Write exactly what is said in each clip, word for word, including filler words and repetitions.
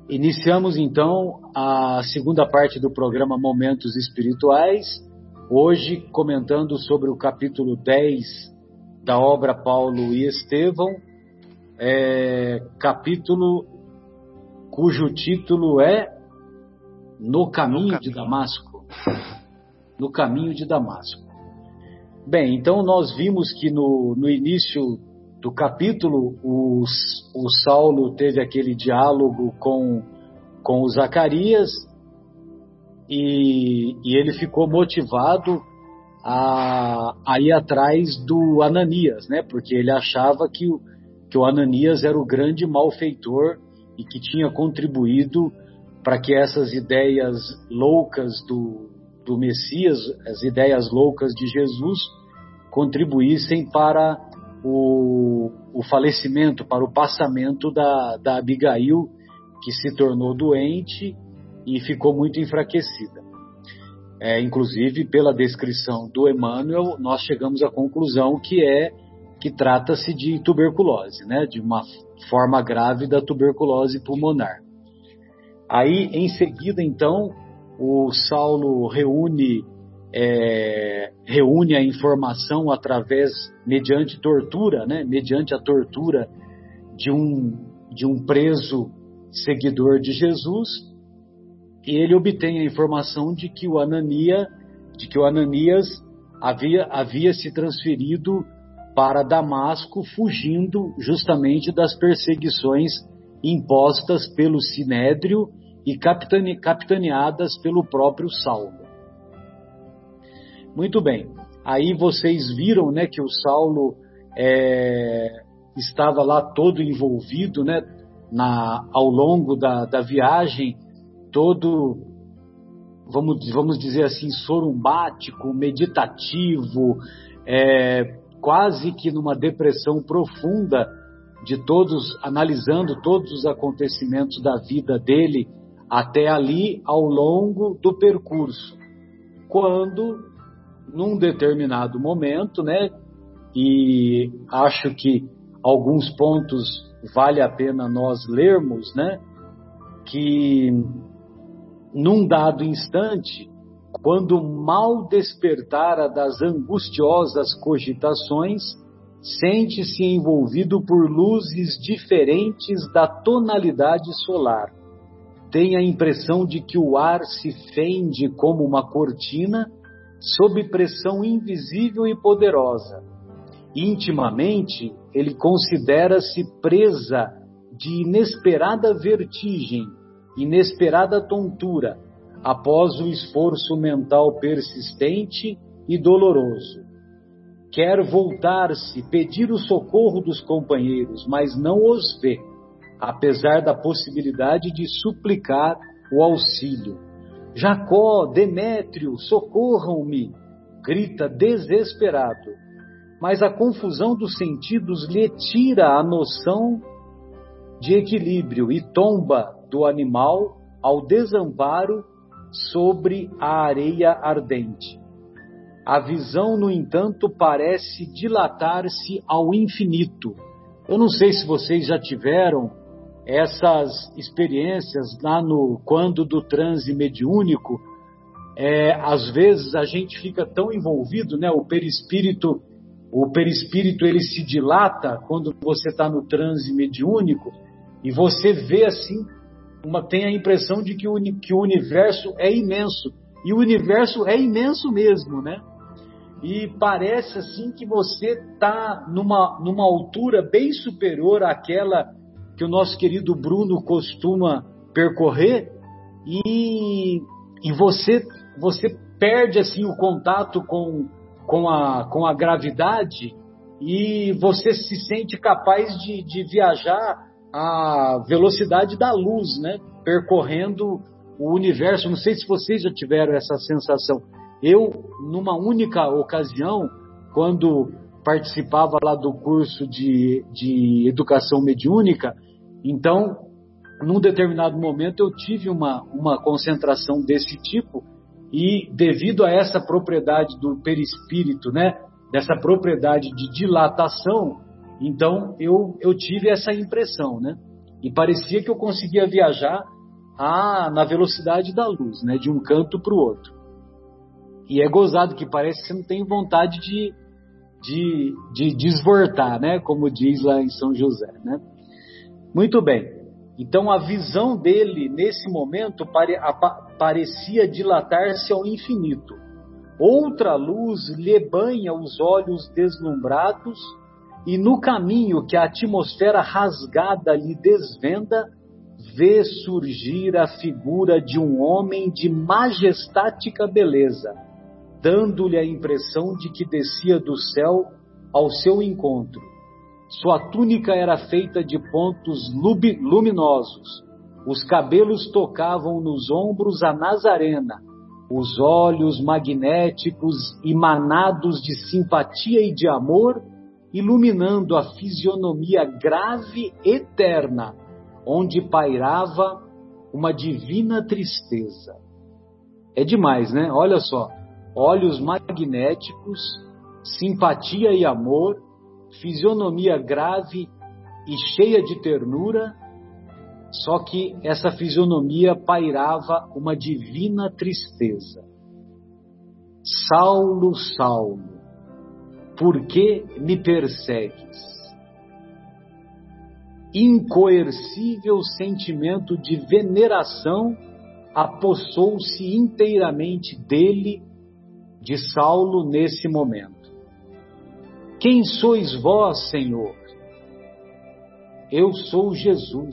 Iniciamos então a segunda parte do programa Momentos Espirituais, hoje comentando sobre o capítulo dez da obra Paulo e Estevão, é, capítulo cujo título é No Caminho de Damasco. No Caminho de Damasco. Bem, então nós vimos que no, no início do capítulo, os, o Saulo teve aquele diálogo com, com o Zacarias e, e ele ficou motivado a, a ir atrás do Ananias, né? Porque ele achava que o, que o Ananias era o grande malfeitor e que tinha contribuído para que essas ideias loucas do, do Messias, as ideias loucas de Jesus, contribuíssem para O, o falecimento, para o passamento da, da Abigail, que se tornou doente e ficou muito enfraquecida. É, inclusive, pela descrição do Emmanuel, nós chegamos à conclusão que é que trata-se de tuberculose, né? De uma forma grave da tuberculose pulmonar. Aí, em seguida, então, o Saulo reúne É, reúne a informação através, mediante tortura, né? mediante a tortura de um, de um preso seguidor de Jesus, e ele obtém a informação de que o, Anania, de que o Ananias havia, havia se transferido para Damasco, fugindo justamente das perseguições impostas pelo Sinédrio e capitane, capitaneadas pelo próprio Saulo. Muito bem, aí vocês viram, né, que o Saulo é, estava lá todo envolvido, né, na, ao longo da, da viagem, todo, vamos, vamos dizer assim, sorumbático, meditativo, é, quase que numa depressão profunda de todos, analisando todos os acontecimentos da vida dele até ali ao longo do percurso. Quando num determinado momento, né, e acho que alguns pontos vale a pena nós lermos, né, que num dado instante, quando mal despertara das angustiosas cogitações, sente-se envolvido por luzes diferentes da tonalidade solar. Tem a impressão de que o ar se fende como uma cortina sob pressão invisível e poderosa. Intimamente, ele considera-se presa de inesperada vertigem, inesperada tontura, após o esforço mental persistente e doloroso. Quer voltar-se, pedir o socorro dos companheiros, mas não os vê, apesar da possibilidade de suplicar o auxílio. Jacó, Demétrio, socorram-me, grita desesperado, mas a confusão dos sentidos lhe tira a noção de equilíbrio e tomba do animal ao desamparo sobre a areia ardente. A visão, no entanto, parece dilatar-se ao infinito. Eu não sei se vocês já tiveram essas experiências lá no quando do transe mediúnico, é, às vezes a gente fica tão envolvido, né? O perispírito, o perispírito ele se dilata quando você está no transe mediúnico e você vê assim, uma, tem a impressão de que o, que o universo é imenso, e o universo é imenso mesmo, né? E parece assim que você está numa, numa altura bem superior àquela que o nosso querido Bruno costuma percorrer, e, e você, você perde assim, o contato com, com, a, com a gravidade, e você se sente capaz de, de viajar à velocidade da luz, né? Percorrendo o universo. Não sei se vocês já tiveram essa sensação. Eu, numa única ocasião, quando participava lá do curso de, de educação mediúnica, então, num determinado momento eu tive uma, uma concentração desse tipo, e devido a essa propriedade do perispírito, né, dessa propriedade de dilatação, então eu, eu tive essa impressão, né, e parecia que eu conseguia viajar a, na velocidade da luz, né? De um canto para o outro. E é gozado que parece que você não tem vontade de, de, de desvortar, né? Como diz lá em São José, né? Muito bem. Então a visão dele nesse momento pare, a, parecia dilatar-se ao infinito. Outra luz lhe banha os olhos deslumbrados, e no caminho que a atmosfera rasgada lhe desvenda, vê surgir a figura de um homem de majestática beleza, dando-lhe a impressão de que descia do céu ao seu encontro. Sua túnica era feita de pontos luminosos, os cabelos tocavam nos ombros a Nazarena, os olhos magnéticos emanados de simpatia e de amor, iluminando a fisionomia grave eterna, onde pairava uma divina tristeza. É demais, né? Olha só, olhos magnéticos, simpatia e amor, fisionomia grave e cheia de ternura, só que essa fisionomia pairava uma divina tristeza. Saulo, Saulo, por que me persegues? Incoercível sentimento de veneração apossou-se inteiramente dele, de Saulo, nesse momento. Quem sois vós, Senhor? Eu sou Jesus.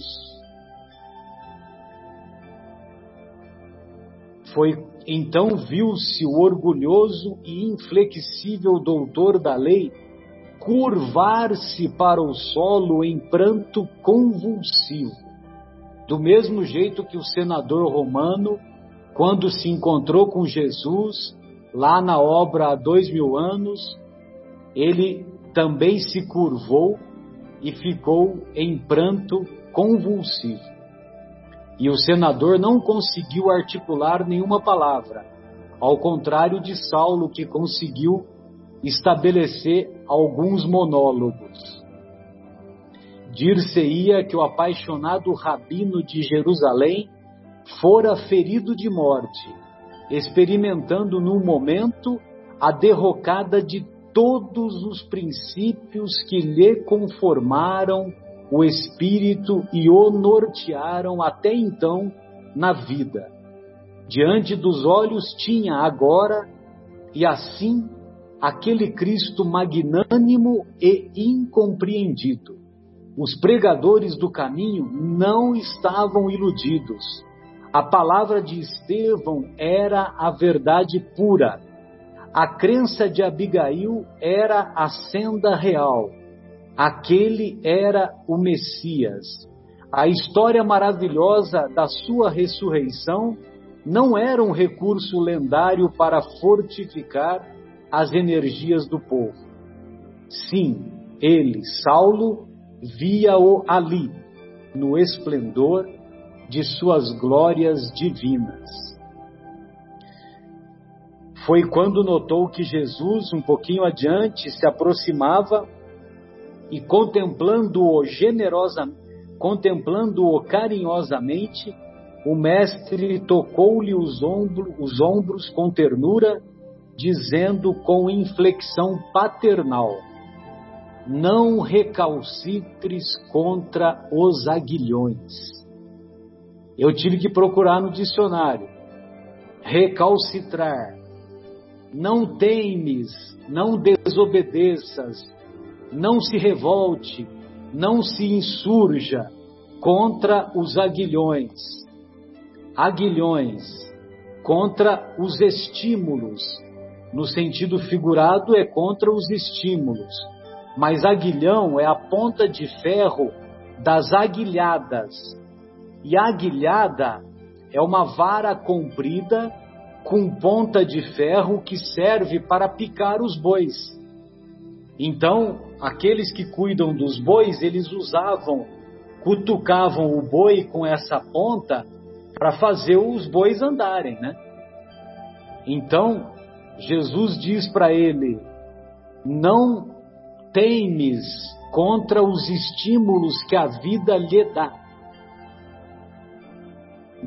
Foi, então viu-se o orgulhoso e inflexível doutor da lei curvar-se para o solo em pranto convulsivo, do mesmo jeito que o senador romano, quando se encontrou com Jesus, lá na obra há dois mil anos, ele também se curvou e ficou em pranto convulsivo. E o senador não conseguiu articular nenhuma palavra, ao contrário de Saulo, que conseguiu estabelecer alguns monólogos. Dir-se-ia que o apaixonado rabino de Jerusalém fora ferido de morte, experimentando num momento a derrocada de todos os princípios que lhe conformaram o espírito e o nortearam até então na vida. Diante dos olhos tinha agora, e assim, aquele Cristo magnânimo e incompreendido. Os pregadores do caminho não estavam iludidos. A palavra de Estevão era a verdade pura. A crença de Abigail era a senda real. Aquele era o Messias. A história maravilhosa da sua ressurreição não era um recurso lendário para fortificar as energias do povo. Sim, ele, Saulo, via-o ali, no esplendor de suas glórias divinas. Foi quando notou que Jesus, um pouquinho adiante, se aproximava e contemplando-o generosamente, contemplando-o carinhosamente, o mestre tocou-lhe os ombros, os ombros com ternura, dizendo com inflexão paternal: não recalcitres contra os aguilhões. Eu tive que procurar no dicionário. Recalcitrar. Não temes, não desobedeças, não se revolte, não se insurja contra os aguilhões. Aguilhões, contra os estímulos. No sentido figurado é contra os estímulos. Mas aguilhão é a ponta de ferro das aguilhadas. E a aguilhada é uma vara comprida com ponta de ferro que serve para picar os bois. Então, aqueles que cuidam dos bois, eles usavam, cutucavam o boi com essa ponta para fazer os bois andarem, né? Então, Jesus diz para ele: não temes contra os estímulos que a vida lhe dá.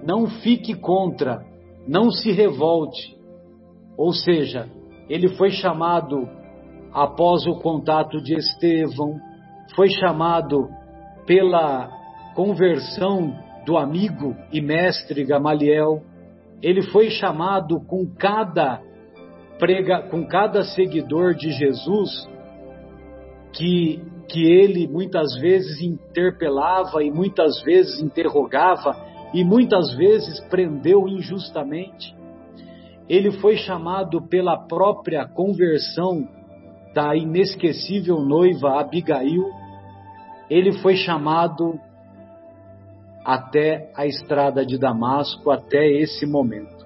não fique contra, não se revolte. Ou seja, ele foi chamado após o contato de Estevão, foi chamado pela conversão do amigo e mestre Gamaliel, ele foi chamado com cada prega, com cada seguidor de Jesus que, que ele muitas vezes interpelava e muitas vezes interrogava e muitas vezes prendeu injustamente. Ele foi chamado pela própria conversão da inesquecível noiva Abigail. Ele foi chamado até a estrada de Damasco, até esse momento.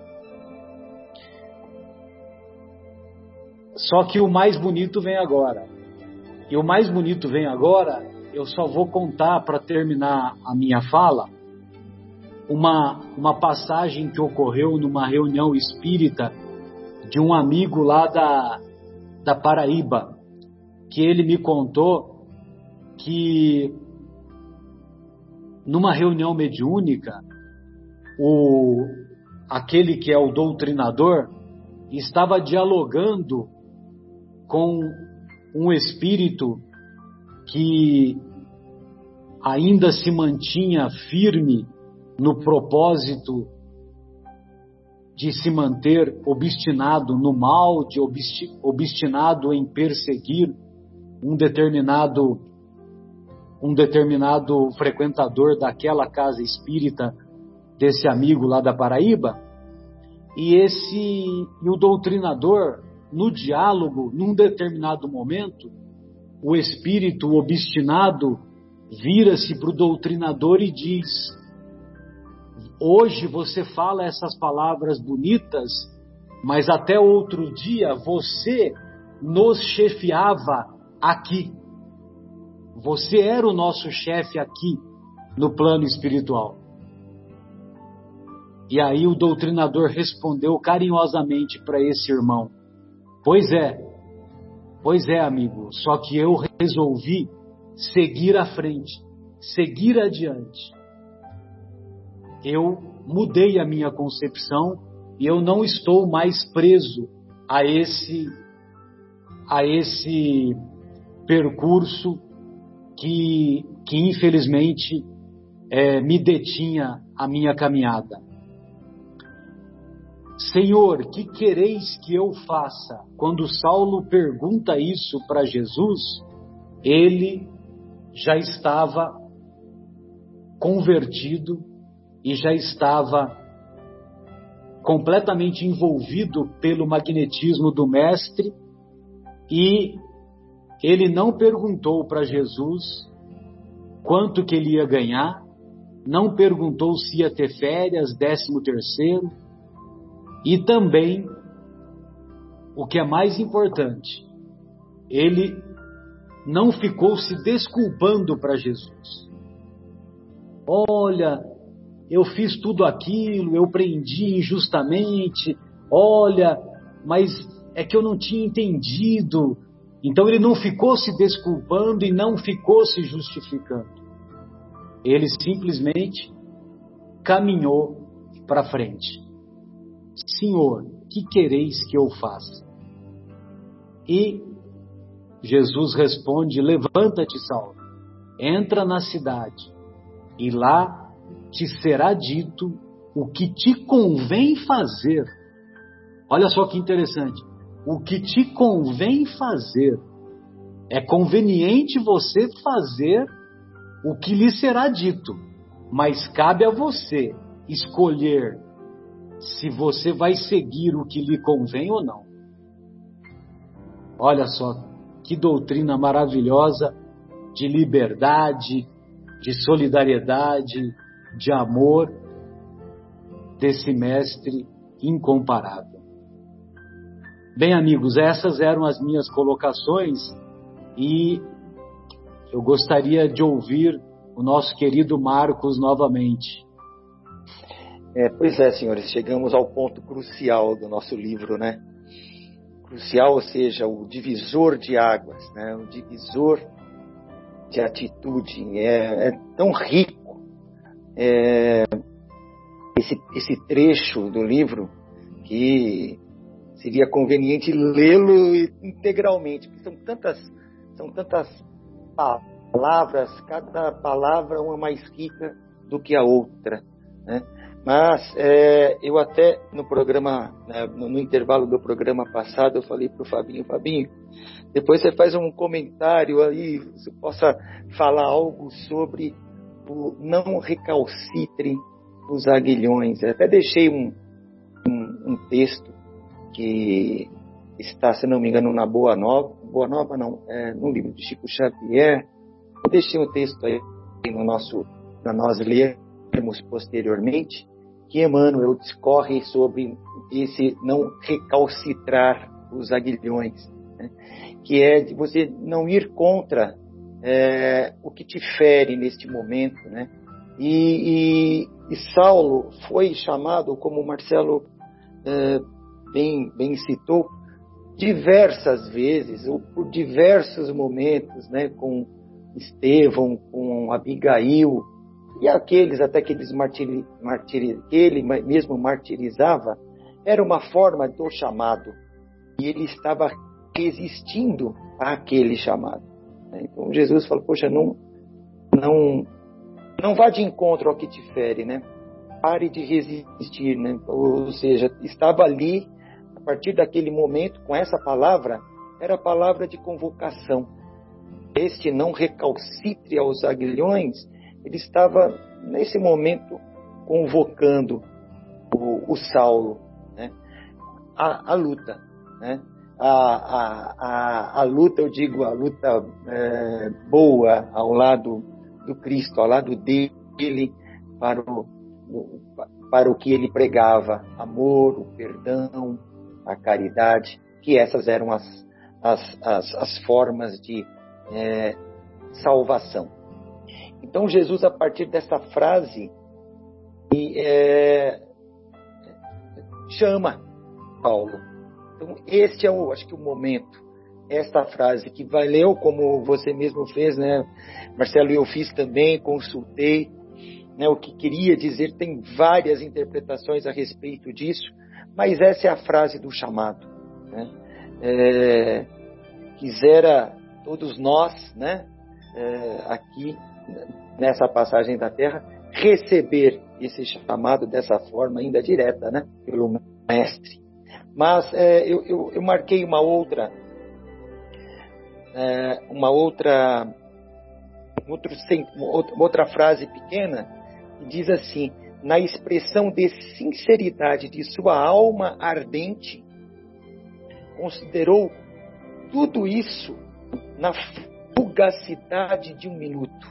Só que o mais bonito vem agora. E o mais bonito vem agora, eu só vou contar para terminar a minha fala, uma, uma passagem que ocorreu numa reunião espírita de um amigo lá da, da Paraíba, que ele me contou que numa reunião mediúnica, o, aquele que é o doutrinador estava dialogando com um espírito que ainda se mantinha firme no propósito de se manter obstinado no mal, de obsti- obstinado em perseguir um determinado, um determinado frequentador daquela casa espírita desse amigo lá da Paraíba. E esse e o doutrinador, no diálogo, num determinado momento, o espírito obstinado vira-se para o doutrinador e diz: hoje você fala essas palavras bonitas, mas até outro dia você nos chefiava aqui. Você era o nosso chefe aqui, no plano espiritual. E aí o doutrinador respondeu carinhosamente para esse irmão: pois é, pois é, amigo, só que eu resolvi seguir à frente, seguir adiante. Eu mudei a minha concepção e eu não estou mais preso a esse, a esse percurso que, que infelizmente é, me detinha a minha caminhada. Senhor, que quereis que eu faça? Quando Saulo pergunta isso para Jesus, ele já estava convertido e já estava completamente envolvido pelo magnetismo do Mestre, e ele não perguntou para Jesus quanto que ele ia ganhar, não perguntou se ia ter férias, décimo terceiro, e também, o que é mais importante, ele não ficou se desculpando para Jesus. Olha, eu fiz tudo aquilo, eu prendi injustamente, olha, mas é que eu não tinha entendido. Então ele não ficou se desculpando e não ficou se justificando. Ele simplesmente caminhou para frente. Senhor, que quereis que eu faça? E Jesus responde: levanta-te, Saulo, entra na cidade, e lá te será dito o que te convém fazer. Olha só que interessante. O que te convém fazer. É conveniente você fazer o que lhe será dito, mas cabe a você escolher se você vai seguir o que lhe convém ou não. Olha só que doutrina maravilhosa de liberdade, de solidariedade, de amor desse mestre incomparável. Bem, amigos, essas eram as minhas colocações e eu gostaria de ouvir o nosso querido Marcos novamente. É, pois é, senhores, chegamos ao ponto crucial do nosso livro, né? Crucial, ou seja, o divisor de águas, né? O divisor de atitude. É, é tão rico. É, esse, esse trecho do livro que seria conveniente lê-lo integralmente, porque são tantas, são tantas palavras, cada palavra uma mais rica do que a outra, né? Mas é, eu até no programa, né, no, no intervalo do programa passado, eu falei para o Fabinho, Fabinho, depois você faz um comentário aí, você possa falar algo sobre o não recalcitre os aguilhões. Eu até deixei um, um, um texto que está, se não me engano, na Boa Nova, Boa Nova não, é, no livro de Chico Xavier. Eu deixei um texto aí no nosso, para nós lermos posteriormente, que Emmanuel discorre sobre esse não recalcitrar os aguilhões, né? Que é de você não ir contra é, o que te fere neste momento, né? E, e, e Saulo foi chamado, como o Marcelo é, bem, bem citou, diversas vezes, ou por diversos momentos, né, com Estevão, com Abigail, e aqueles até que, eles martiri, martiri, que ele mesmo martirizava, era uma forma do chamado, e ele estava resistindo àquele chamado. Então Jesus falou, poxa, não, não, não vá de encontro ao que te fere, né? Pare de resistir, né? Ou seja, estava ali, a partir daquele momento, com essa palavra, era a palavra de convocação. Este não recalcitre aos aguilhões, ele estava, nesse momento, convocando o, o Saulo, né? a, a luta, né? A, a, a, a luta, eu digo, a luta é, boa ao lado do Cristo, ao lado dele, para o, para o que ele pregava, amor, o perdão, a caridade, que essas eram as, as, as, as formas de é, salvação. Então Jesus, a partir dessa frase, é, chama Paulo. Então este é, o, acho que o momento, esta frase que valeu, como você mesmo fez, né, Marcelo, e eu fiz também, consultei, né, o que queria dizer, tem várias interpretações a respeito disso, mas essa é a frase do chamado, né? É, quisera todos nós, né, é, aqui nessa passagem da Terra, receber esse chamado dessa forma ainda direta, né, pelo Mestre. Mas é, eu, eu, eu marquei uma outra, é, uma outra, outro, uma outra frase pequena, que diz assim: na expressão de sinceridade de sua alma ardente, considerou tudo isso na fugacidade de um minuto.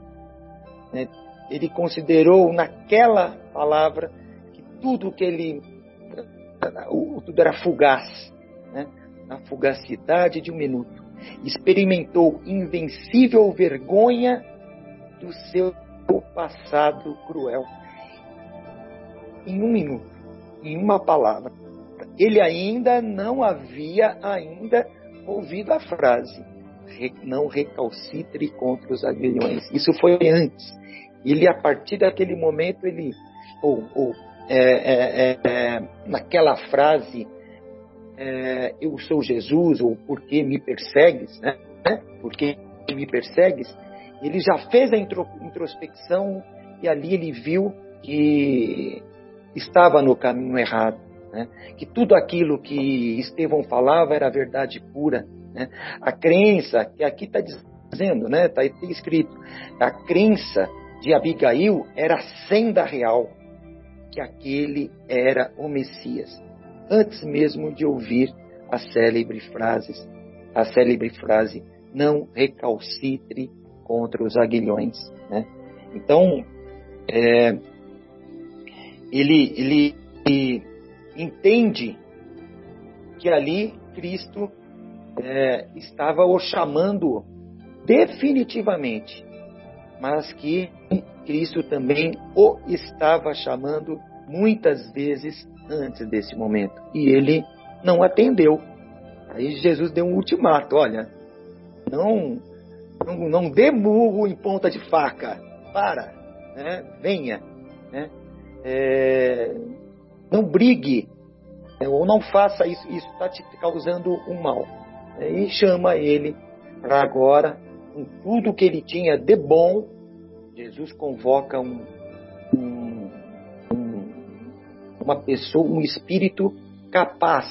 Ele considerou naquela palavra que tudo que ele, tudo era fugaz, né? Na fugacidade de um minuto. Experimentou invencível vergonha do seu passado cruel. Em um minuto, em uma palavra. Ele ainda não havia ainda ouvido a frase: não recalcitre contra os aguilhões. Isso foi antes. Ele, a partir daquele momento, ele, ou, ou é, é, é, naquela frase, é, eu sou Jesus, ou por que me persegues, né? Por que me persegues? Ele já fez a introspecção e ali ele viu que estava no caminho errado, né? Que tudo aquilo que Estevão falava era verdade pura, né? A crença, que aqui está dizendo, né? Está escrito, a crença de Abigail era a senda real, que aquele era o Messias, antes mesmo de ouvir a célebre frase, a célebre frase, não recalcitre contra os aguilhões, né? Então, é, ele, ele, ele entende que ali Cristo é, estava o chamando definitivamente, mas que Cristo também o estava chamando muitas vezes antes desse momento, e ele não atendeu. Aí Jesus deu um ultimato: olha, não, não, não dê murro em ponta de faca, para, né? Venha, né? é, não brigue, é, ou não faça isso, isso está te causando um mal. É, e chama ele para agora, com tudo que ele tinha de bom, Jesus convoca um, um, um, uma pessoa, um espírito capaz,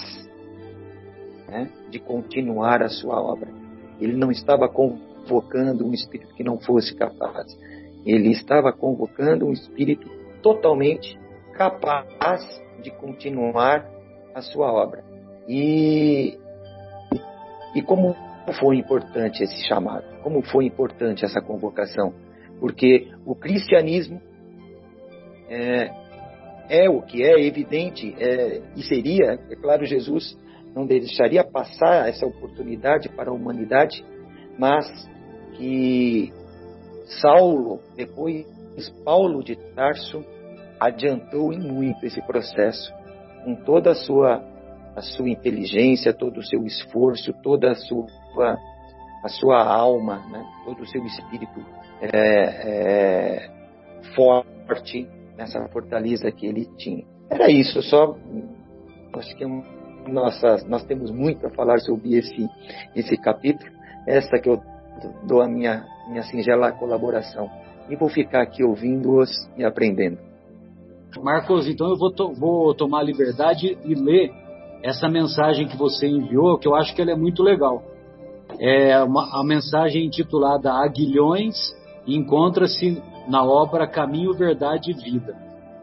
né, de continuar a sua obra. Ele não estava convocando um espírito que não fosse capaz. Ele estava convocando um espírito totalmente capaz de continuar a sua obra. E, e como foi importante esse chamado? Como foi importante essa convocação? Porque o cristianismo é, é o que é evidente, é, e seria, é claro, Jesus não deixaria passar essa oportunidade para a humanidade, mas que Saulo, depois Paulo de Tarso, adiantou em muito esse processo, com toda a sua, a sua inteligência, todo o seu esforço, toda a sua, a sua alma, né? Todo o seu espírito é, é, forte nessa fortaleza que ele tinha. Era isso, só acho que é um, nossa, nós temos muito a falar sobre esse, esse capítulo, essa que eu dou a minha, minha singela colaboração. E vou ficar aqui ouvindo-os e aprendendo. Marcos, então eu vou, to- vou tomar a liberdade e ler essa mensagem que você enviou, que eu acho que ela é muito legal. É uma, a mensagem intitulada Aguilhões, e encontra-se na obra Caminho, Verdade e Vida.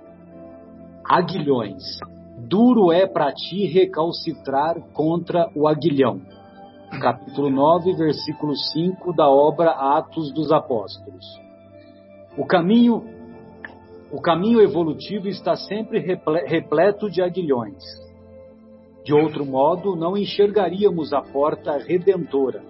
Aguilhões. Duro é para ti recalcitrar contra o aguilhão. Capítulo nove, versículo cinco da obra Atos dos Apóstolos. O caminho, o caminho evolutivo está sempre repleto de aguilhões. De outro modo, não enxergaríamos a porta redentora.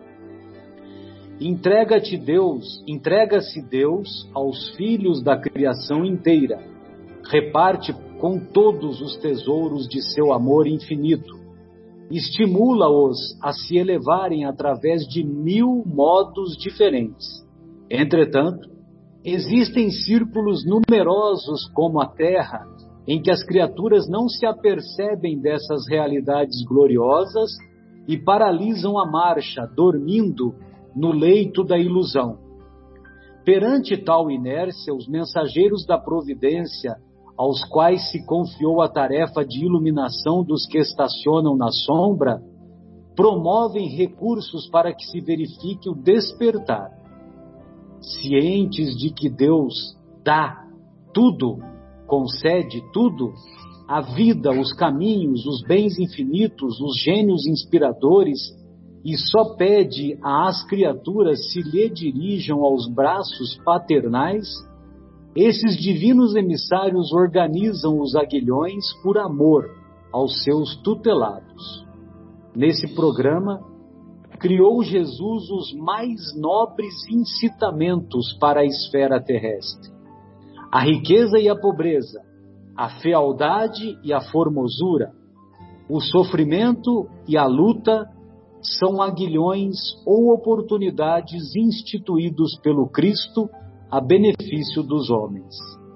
Entrega-te Deus, entrega-se Deus aos filhos da criação inteira. Reparte com todos os tesouros de seu amor infinito. Estimula-os a se elevarem através de mil modos diferentes. Entretanto, existem círculos numerosos como a Terra, em que as criaturas não se apercebem dessas realidades gloriosas e paralisam a marcha, dormindo no leito da ilusão. Perante tal inércia, os mensageiros da providência, aos quais se confiou a tarefa de iluminação dos que estacionam na sombra, promovem recursos para que se verifique o despertar. Cientes de que Deus dá tudo, concede tudo, a vida, os caminhos, os bens infinitos, os gênios inspiradores, e só pede às criaturas se lhe dirijam aos braços paternais, esses divinos emissários organizam os aguilhões por amor aos seus tutelados. Nesse programa, criou Jesus os mais nobres incitamentos para a esfera terrestre. A riqueza e a pobreza, a fealdade e a formosura, o sofrimento e a luta são aguilhões ou oportunidades instituídos pelo Cristo a benefício dos homens.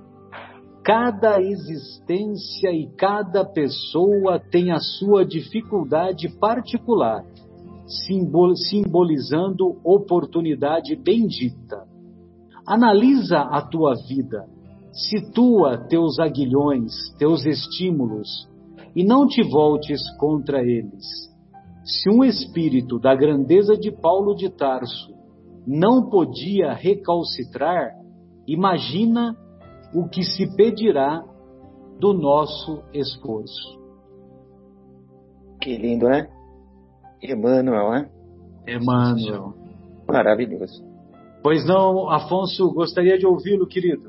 Cada existência e cada pessoa tem a sua dificuldade particular, simbolizando oportunidade bendita. Analisa a tua vida, situa teus aguilhões, teus estímulos, e não te voltes contra eles. Se um espírito da grandeza de Paulo de Tarso não podia recalcitrar, imagina o que se pedirá do nosso esforço. Que lindo, né? Emmanuel, né? Emmanuel. Maravilhoso. Pois não, Afonso, gostaria de ouvi-lo, querido.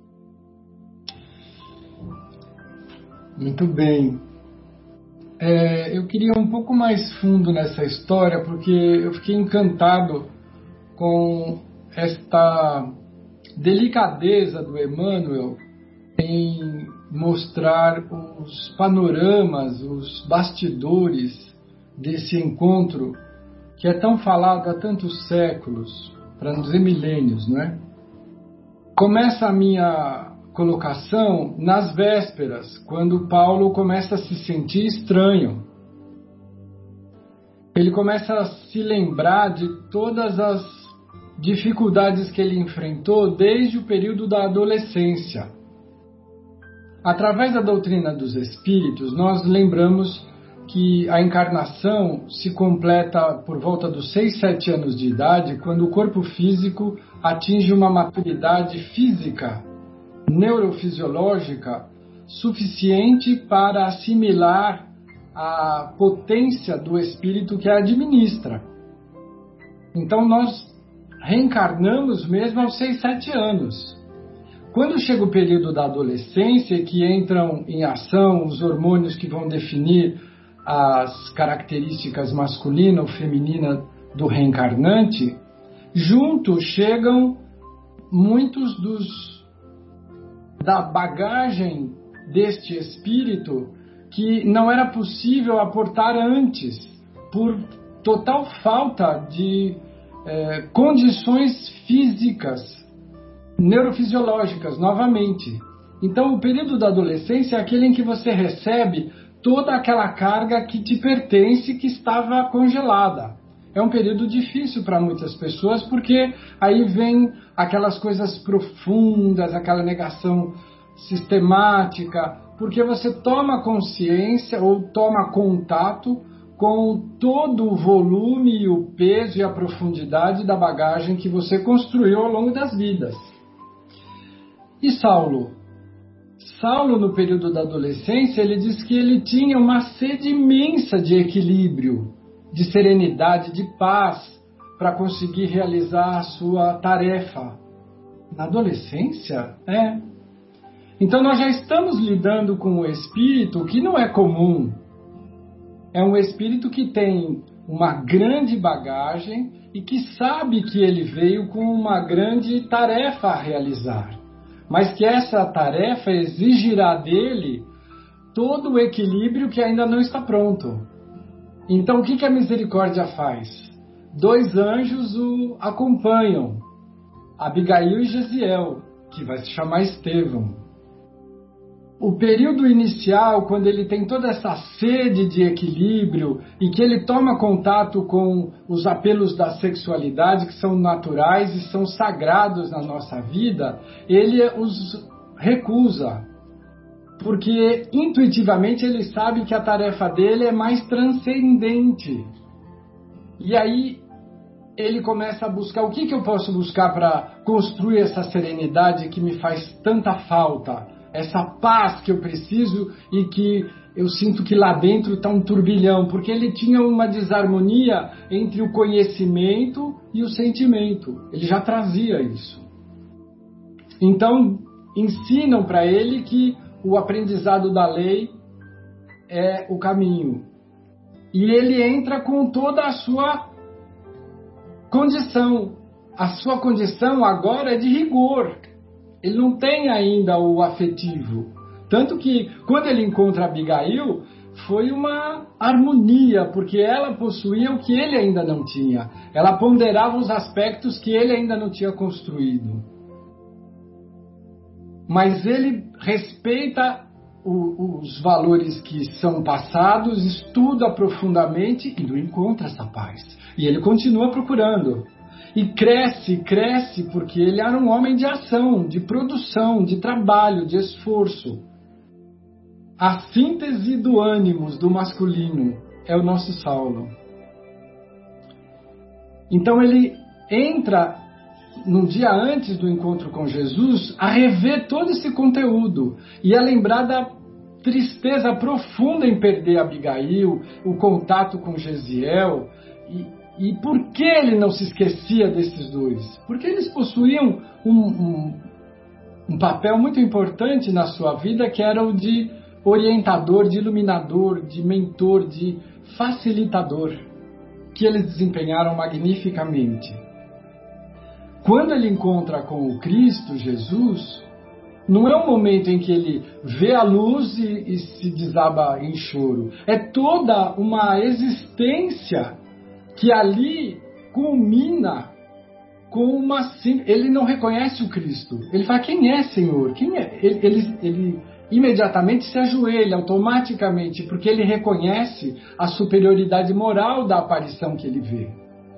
Muito bem. É, eu queria um pouco mais fundo nessa história, porque eu fiquei encantado com esta delicadeza do Emmanuel em mostrar os panoramas, os bastidores desse encontro que é tão falado há tantos séculos, para não dizer milênios, não é? Começa a minha colocação nas vésperas, quando Paulo começa a se sentir estranho. Ele começa a se lembrar de todas as dificuldades que ele enfrentou desde o período da adolescência. Através da doutrina dos Espíritos, nós lembramos que a encarnação se completa por volta dos seis, sete anos de idade, quando o corpo físico atinge uma maturidade física, neurofisiológica, suficiente para assimilar a potência do espírito que a administra. Então nós reencarnamos mesmo aos seis, sete anos. Quando chega o período da adolescência, que entram em ação os hormônios que vão definir as características masculina ou feminina do reencarnante, junto chegam muitos dos da bagagem deste espírito que não era possível aportar antes, por total falta de eh, condições físicas, neurofisiológicas, novamente. Então, o período da adolescência é aquele em que você recebe toda aquela carga que te pertence, que estava congelada. É um período difícil para muitas pessoas, porque aí vem aquelas coisas profundas, aquela negação sistemática, porque você toma consciência ou toma contato com todo o volume, o peso e a profundidade da bagagem que você construiu ao longo das vidas. E Saulo? Saulo, no período da adolescência, ele diz que ele tinha uma sede imensa de equilíbrio, de serenidade, de paz, para conseguir realizar a sua tarefa. Na adolescência? É. Então nós já estamos lidando com um espírito que não é comum. É um espírito que tem uma grande bagagem e que sabe que ele veio com uma grande tarefa a realizar. Mas que essa tarefa exigirá dele todo o equilíbrio que ainda não está pronto. Então, o que que a misericórdia faz? Dois anjos o acompanham, Abigail e Gesiel, que vai se chamar Estevão. O período inicial, quando ele tem toda essa sede de equilíbrio e que ele toma contato com os apelos da sexualidade, que são naturais e são sagrados na nossa vida, ele os recusa, porque intuitivamente ele sabe que a tarefa dele é mais transcendente. E aí ele começa a buscar, o que que eu posso buscar para construir essa serenidade que me faz tanta falta? Essa paz que eu preciso e que eu sinto que lá dentro está um turbilhão, porque ele tinha uma desarmonia entre o conhecimento e o sentimento. Ele já trazia isso. Então, ensinam para ele que o aprendizado da lei é o caminho. E ele entra com toda a sua condição. A sua condição agora é de rigor. Ele não tem ainda o afetivo. Tanto que, quando ele encontra Abigail, foi uma harmonia, porque ela possuía o que ele ainda não tinha. Ela ponderava os aspectos que ele ainda não tinha construído. Mas ele respeita o, os valores que são passados, estuda profundamente e não encontra essa paz. E ele continua procurando. E cresce, cresce, porque ele era um homem de ação, de produção, de trabalho, de esforço. A síntese do ânimos do masculino é o nosso Saulo. Então ele entra, no dia antes do encontro com Jesus, a rever todo esse conteúdo e a lembrar da tristeza profunda em perder Abigail, o contato com Gesiel. E, E por que ele não se esquecia desses dois? Porque eles possuíam um, um, um papel muito importante na sua vida, que era o de orientador, de iluminador, de mentor, de facilitador, que eles desempenharam magnificamente. Quando ele encontra com o Cristo, Jesus, não é um momento em que ele vê a luz e, e se desaba em choro. É toda uma existência que ali culmina com uma sim... Ele não reconhece o Cristo. Ele fala, quem é, Senhor? Quem é? Ele, ele, ele imediatamente se ajoelha, automaticamente, porque ele reconhece a superioridade moral da aparição que ele vê.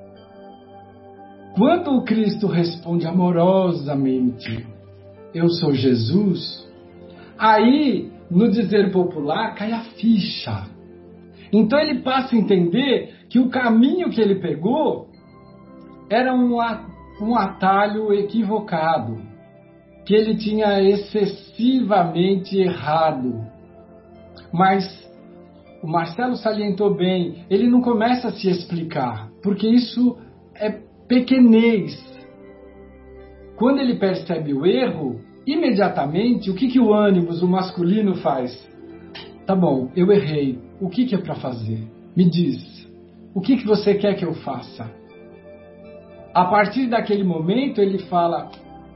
Quando o Cristo responde amorosamente, eu sou Jesus, aí, no dizer popular, cai a ficha. Então ele passa a entender que o caminho que ele pegou era um, um atalho equivocado, que ele tinha excessivamente errado. Mas o Marcelo salientou bem, ele não começa a se explicar, porque isso é pequenez. Quando ele percebe o erro, imediatamente, o que, que o ânimos, o masculino faz? Tá bom, eu errei. O que, que é para fazer? Me diz. O que, que você quer que eu faça? A partir daquele momento, ele fala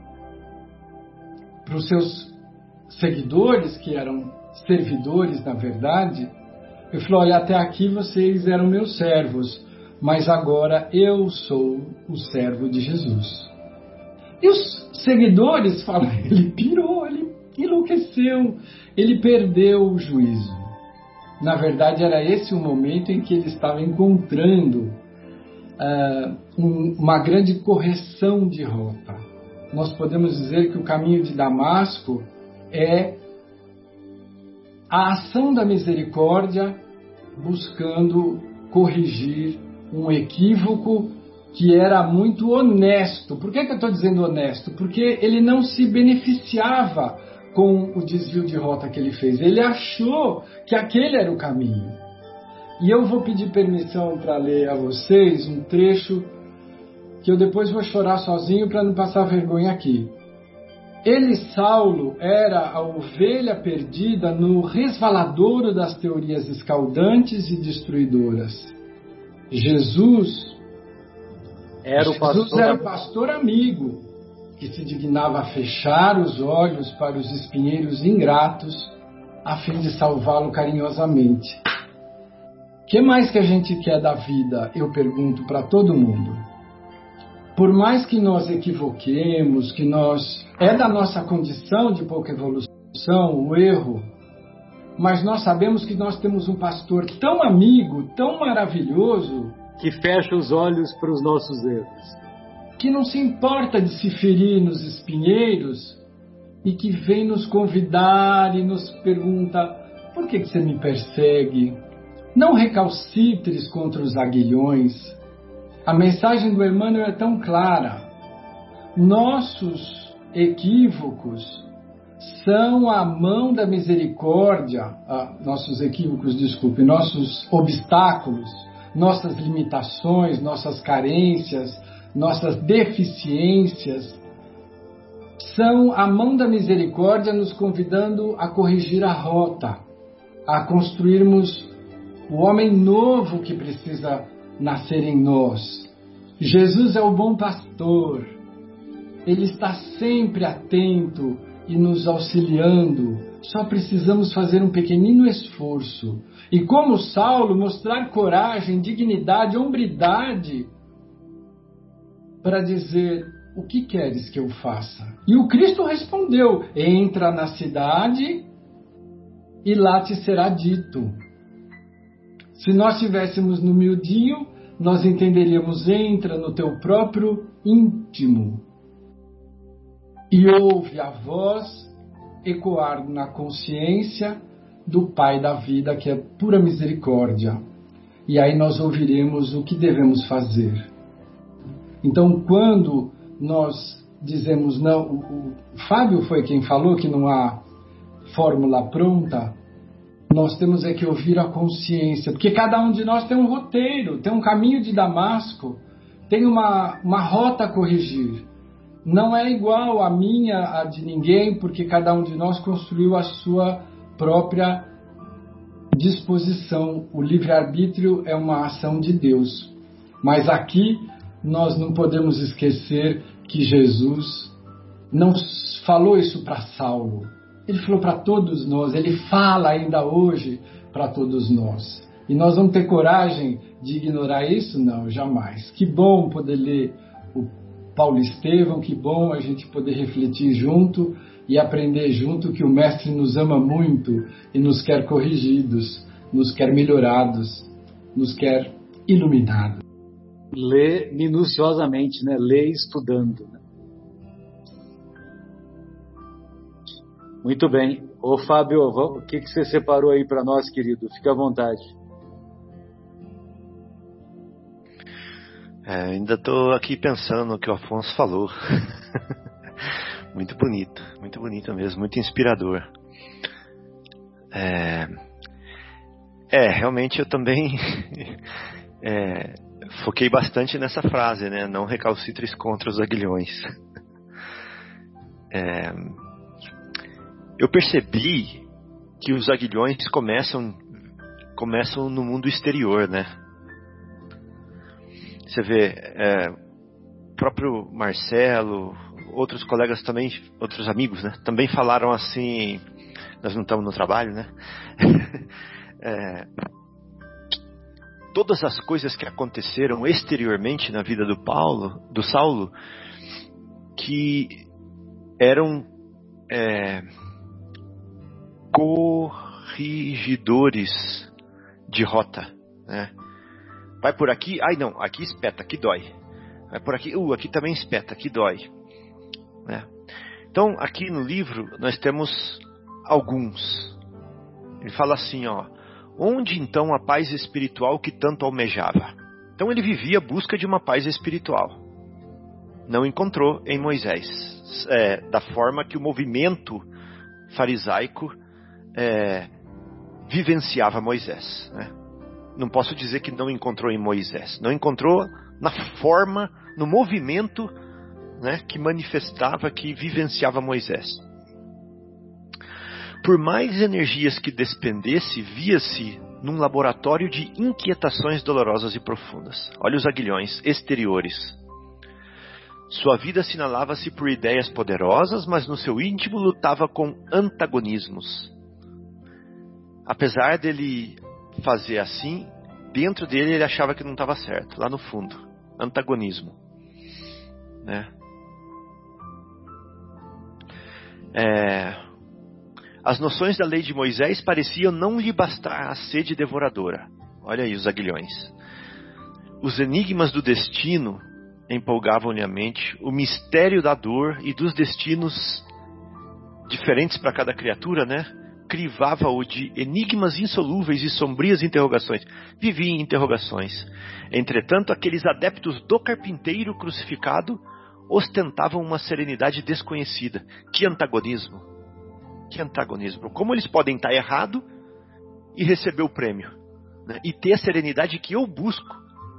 para os seus seguidores, que eram servidores, na verdade, ele falou, olha, até aqui vocês eram meus servos, mas agora eu sou o servo de Jesus. E os seguidores falam, ele pirou, ele enlouqueceu, ele perdeu o juízo. Na verdade, era esse o momento em que ele estava encontrando uh, um, uma grande correção de rota. Nós podemos dizer que o caminho de Damasco é a ação da misericórdia buscando corrigir um equívoco que era muito honesto. Por que, que eu estou dizendo honesto? Porque ele não se beneficiava com o desvio de rota que ele fez. Ele achou que aquele era o caminho. E eu vou pedir permissão para ler a vocês um trecho que eu depois vou chorar sozinho para não passar vergonha aqui. Ele, Saulo, era a ovelha perdida no resvaladouro das teorias escaldantes e destruidoras. Jesus Era o pastor, Jesus era o pastor amigo, que se dignava a fechar os olhos para os espinheiros ingratos, a fim de salvá-lo carinhosamente. O que mais que a gente quer da vida? Eu pergunto para todo mundo. Por mais que nós equivoquemos, que nós é da nossa condição de pouca evolução, o erro, mas nós sabemos que nós temos um pastor tão amigo, tão maravilhoso, que fecha os olhos para os nossos erros, que não se importa de se ferir nos espinheiros e que vem nos convidar e nos pergunta, por que, que você me persegue? Não recalcitres contra os aguilhões. A mensagem do Emmanuel é tão clara. Nossos equívocos são a mão da misericórdia, ah, nossos equívocos, desculpe, nossos obstáculos, nossas limitações, nossas carências, nossas deficiências, são a mão da misericórdia nos convidando a corrigir a rota, a construirmos o homem novo que precisa nascer em nós. Jesus é o bom pastor, ele está sempre atento e nos auxiliando, só precisamos fazer um pequenino esforço. E como Saulo, mostrar coragem, dignidade, hombridade para dizer, o que queres que eu faça? E o Cristo respondeu, entra na cidade e lá te será dito. Se nós estivéssemos no miudinho, nós entenderíamos, entra no teu próprio íntimo e ouve a voz ecoar na consciência do Pai da vida, que é pura misericórdia. E aí nós ouviremos o que devemos fazer. Então, quando nós dizemos não, o, o Fábio foi quem falou que não há fórmula pronta, nós temos é que ouvir a consciência, porque cada um de nós tem um roteiro, tem um caminho de Damasco, tem uma, uma rota a corrigir. Não é igual a minha, a de ninguém, porque cada um de nós construiu a sua própria disposição. O livre-arbítrio é uma ação de Deus. Mas aqui nós não podemos esquecer que Jesus não falou isso para Saulo. Ele falou para todos nós, ele fala ainda hoje para todos nós. E nós vamos ter coragem de ignorar isso? Não, jamais. Que bom poder ler o Paulo Estevão, que bom a gente poder refletir junto e aprender junto que o Mestre nos ama muito e nos quer corrigidos, nos quer melhorados, nos quer iluminados. Lê minuciosamente, né? Lê estudando. Né? Muito bem. Ô Fábio, o que, que você separou aí para nós, querido? Fica à vontade. É, ainda estou aqui pensando no que o Afonso falou. Muito bonito, muito bonito mesmo, muito inspirador. É, é realmente eu também é, foquei bastante nessa frase, né? Não recalcitres contra os aguilhões. É, eu percebi que os aguilhões começam, começam no mundo exterior, né? Você vê, é, o próprio Marcelo, outros colegas também, outros amigos, né? Também falaram assim, nós não estamos no trabalho, né? é, todas as coisas que aconteceram exteriormente na vida do Paulo, do Saulo, que eram é, corrigidores de rota, né? Vai por aqui, ai não, aqui espeta, aqui dói. Vai por aqui, uh, aqui também espeta, aqui dói. Né? Então, aqui no livro, nós temos alguns. Ele fala assim, ó, onde então a paz espiritual que tanto almejava? Então ele vivia a busca de uma paz espiritual. Não encontrou em Moisés, é, da forma que o movimento farisaico é, vivenciava Moisés, né? Não posso dizer que não encontrou em Moisés. Não encontrou na forma, no movimento, né, que manifestava, que vivenciava Moisés. Por mais energias que despendesse, via-se num laboratório de inquietações dolorosas e profundas. Olha os aguilhões exteriores. Sua vida assinalava-se por ideias poderosas, mas no seu íntimo lutava com antagonismos. Apesar dele fazer assim, dentro dele ele achava que não estava certo, lá no fundo, antagonismo, né? É, as noções da lei de Moisés pareciam não lhe bastar a sede devoradora. Olha aí os aguilhões. Os enigmas do destino empolgavam-lhe a mente, o mistério da dor e dos destinos diferentes para cada criatura, né? Crivava-o de enigmas insolúveis e sombrias interrogações. Vivia em interrogações. Entretanto, aqueles adeptos do carpinteiro crucificado ostentavam uma serenidade desconhecida. Que antagonismo! Que antagonismo! Como eles podem estar errado e receber o prêmio? Né? E ter a serenidade que eu busco.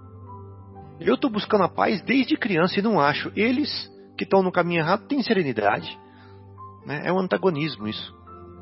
Eu estou buscando a paz desde criança e não acho. Eles que estão no caminho errado têm serenidade. Né? É um antagonismo isso.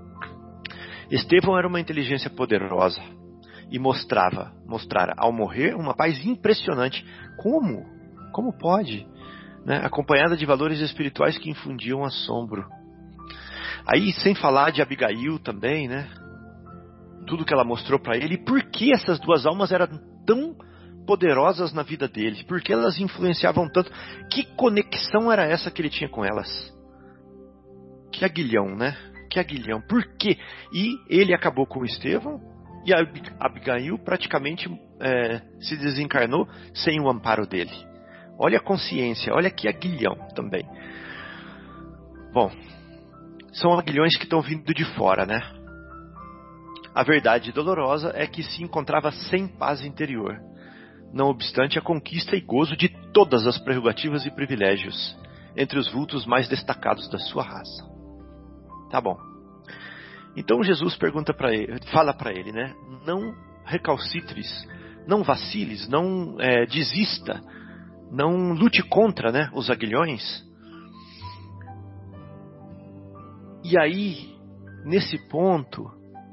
Estevão era uma inteligência poderosa e mostrava, mostrara ao morrer uma paz impressionante. Como? Como pode? Né? Acompanhada de valores espirituais que infundiam assombro. Aí, sem falar de Abigail também, né? Tudo que ela mostrou para ele. E por que essas duas almas eram tão poderosas na vida dele? Por que elas influenciavam tanto? Que conexão era essa que ele tinha com elas? Que aguilhão, né? Que aguilhão. Por quê? E ele acabou com Estevão e a Abigail praticamente é, se desencarnou sem o amparo dele. Olha a consciência, olha que aguilhão também. Bom, são aguilhões que estão vindo de fora, né? A verdade dolorosa é que se encontrava sem paz interior, não obstante a conquista e gozo de todas as prerrogativas e privilégios, entre os vultos mais destacados da sua raça. Tá bom. Então Jesus pergunta para ele, fala para ele, né? Não recalcitres, não vaciles, não é, desista, não lute contra, né, os aguilhões. E aí, nesse ponto,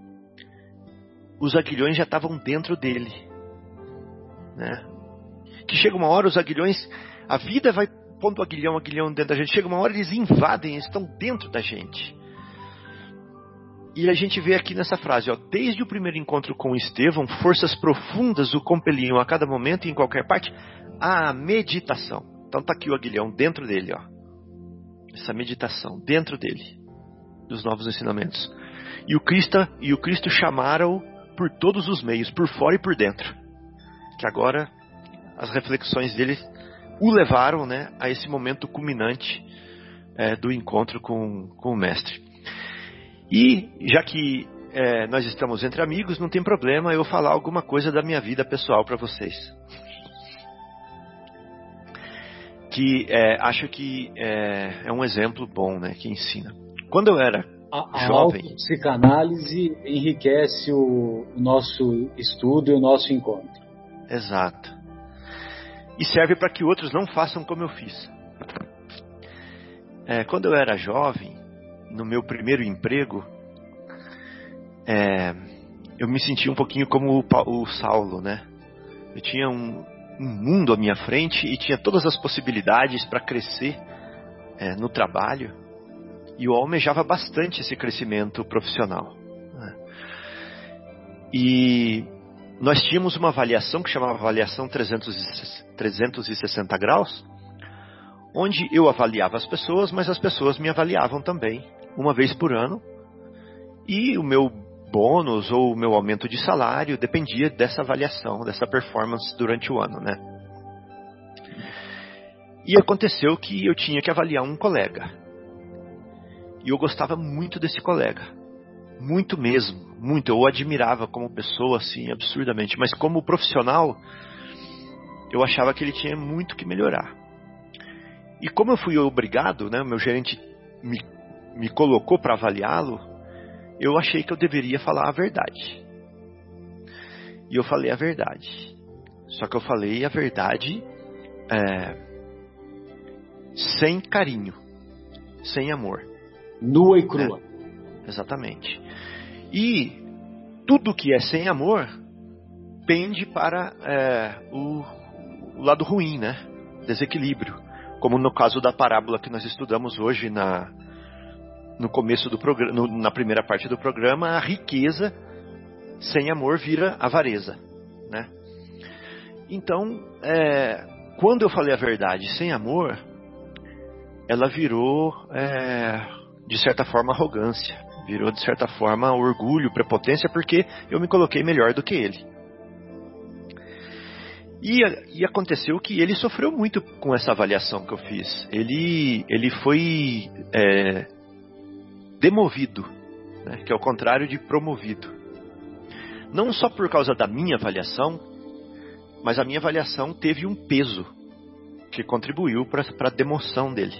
os aguilhões já estavam dentro dele, né? Que chega uma hora, os aguilhões, a vida vai pondo aguilhão, aguilhão dentro da gente. Chega uma hora, eles invadem, eles estão dentro da gente. E a gente vê aqui nessa frase, ó, desde o primeiro encontro com Estevão, forças profundas o compeliam a cada momento e em qualquer parte à meditação. Então tá aqui o aguilhão dentro dele, ó. Essa meditação dentro dele, dos novos ensinamentos. E o Cristo, e o Cristo chamaram por todos os meios, por fora e por dentro. Que agora as reflexões dele o levaram, né, a esse momento culminante é, do encontro com, com o Mestre. E já que é, nós estamos entre amigos, não tem problema eu falar alguma coisa da minha vida pessoal para vocês. Que é, acho que é, é um exemplo bom, né, que ensina. Quando eu era a, a jovem... A psicanálise enriquece o, o nosso estudo e o nosso encontro. Exato. E serve para que outros não façam como eu fiz. É, quando eu era jovem, no meu primeiro emprego, é, eu me sentia um pouquinho como o, o Saulo, né? Eu tinha um, um mundo à minha frente e tinha todas as possibilidades para crescer é, no trabalho, e eu almejava bastante esse crescimento profissional. Né? E nós tínhamos uma avaliação que chamava avaliação trezentos e sessenta graus, onde eu avaliava as pessoas, mas as pessoas me avaliavam também, uma vez por ano, e o meu bônus ou o meu aumento de salário dependia dessa avaliação, dessa performance durante o ano, né? E aconteceu que eu tinha que avaliar um colega, e eu gostava muito desse colega, muito mesmo, muito, eu o admirava como pessoa, assim, absurdamente, mas como profissional, eu achava que ele tinha muito que melhorar. E como eu fui obrigado, né, o meu gerente me, me colocou para avaliá-lo, eu achei que eu deveria falar a verdade. E eu falei a verdade. Só que eu falei a verdade é, sem carinho, sem amor. Nua e crua. É, exatamente. E tudo que é sem amor pende para é, o, o lado ruim, né? Desequilíbrio. Como no caso da parábola que nós estudamos hoje na, no começo do programa, no, na primeira parte do programa, a riqueza sem amor vira avareza, né? Então, é, quando eu falei a verdade sem amor, ela virou, é, de certa forma, arrogância, virou de certa forma orgulho, prepotência, porque eu me coloquei melhor do que ele. E, e aconteceu que ele sofreu muito com essa avaliação que eu fiz. Ele, ele foi é, demovido, né, que é o contrário de promovido. Não só por causa da minha avaliação, mas a minha avaliação teve um peso que contribuiu para a demoção dele.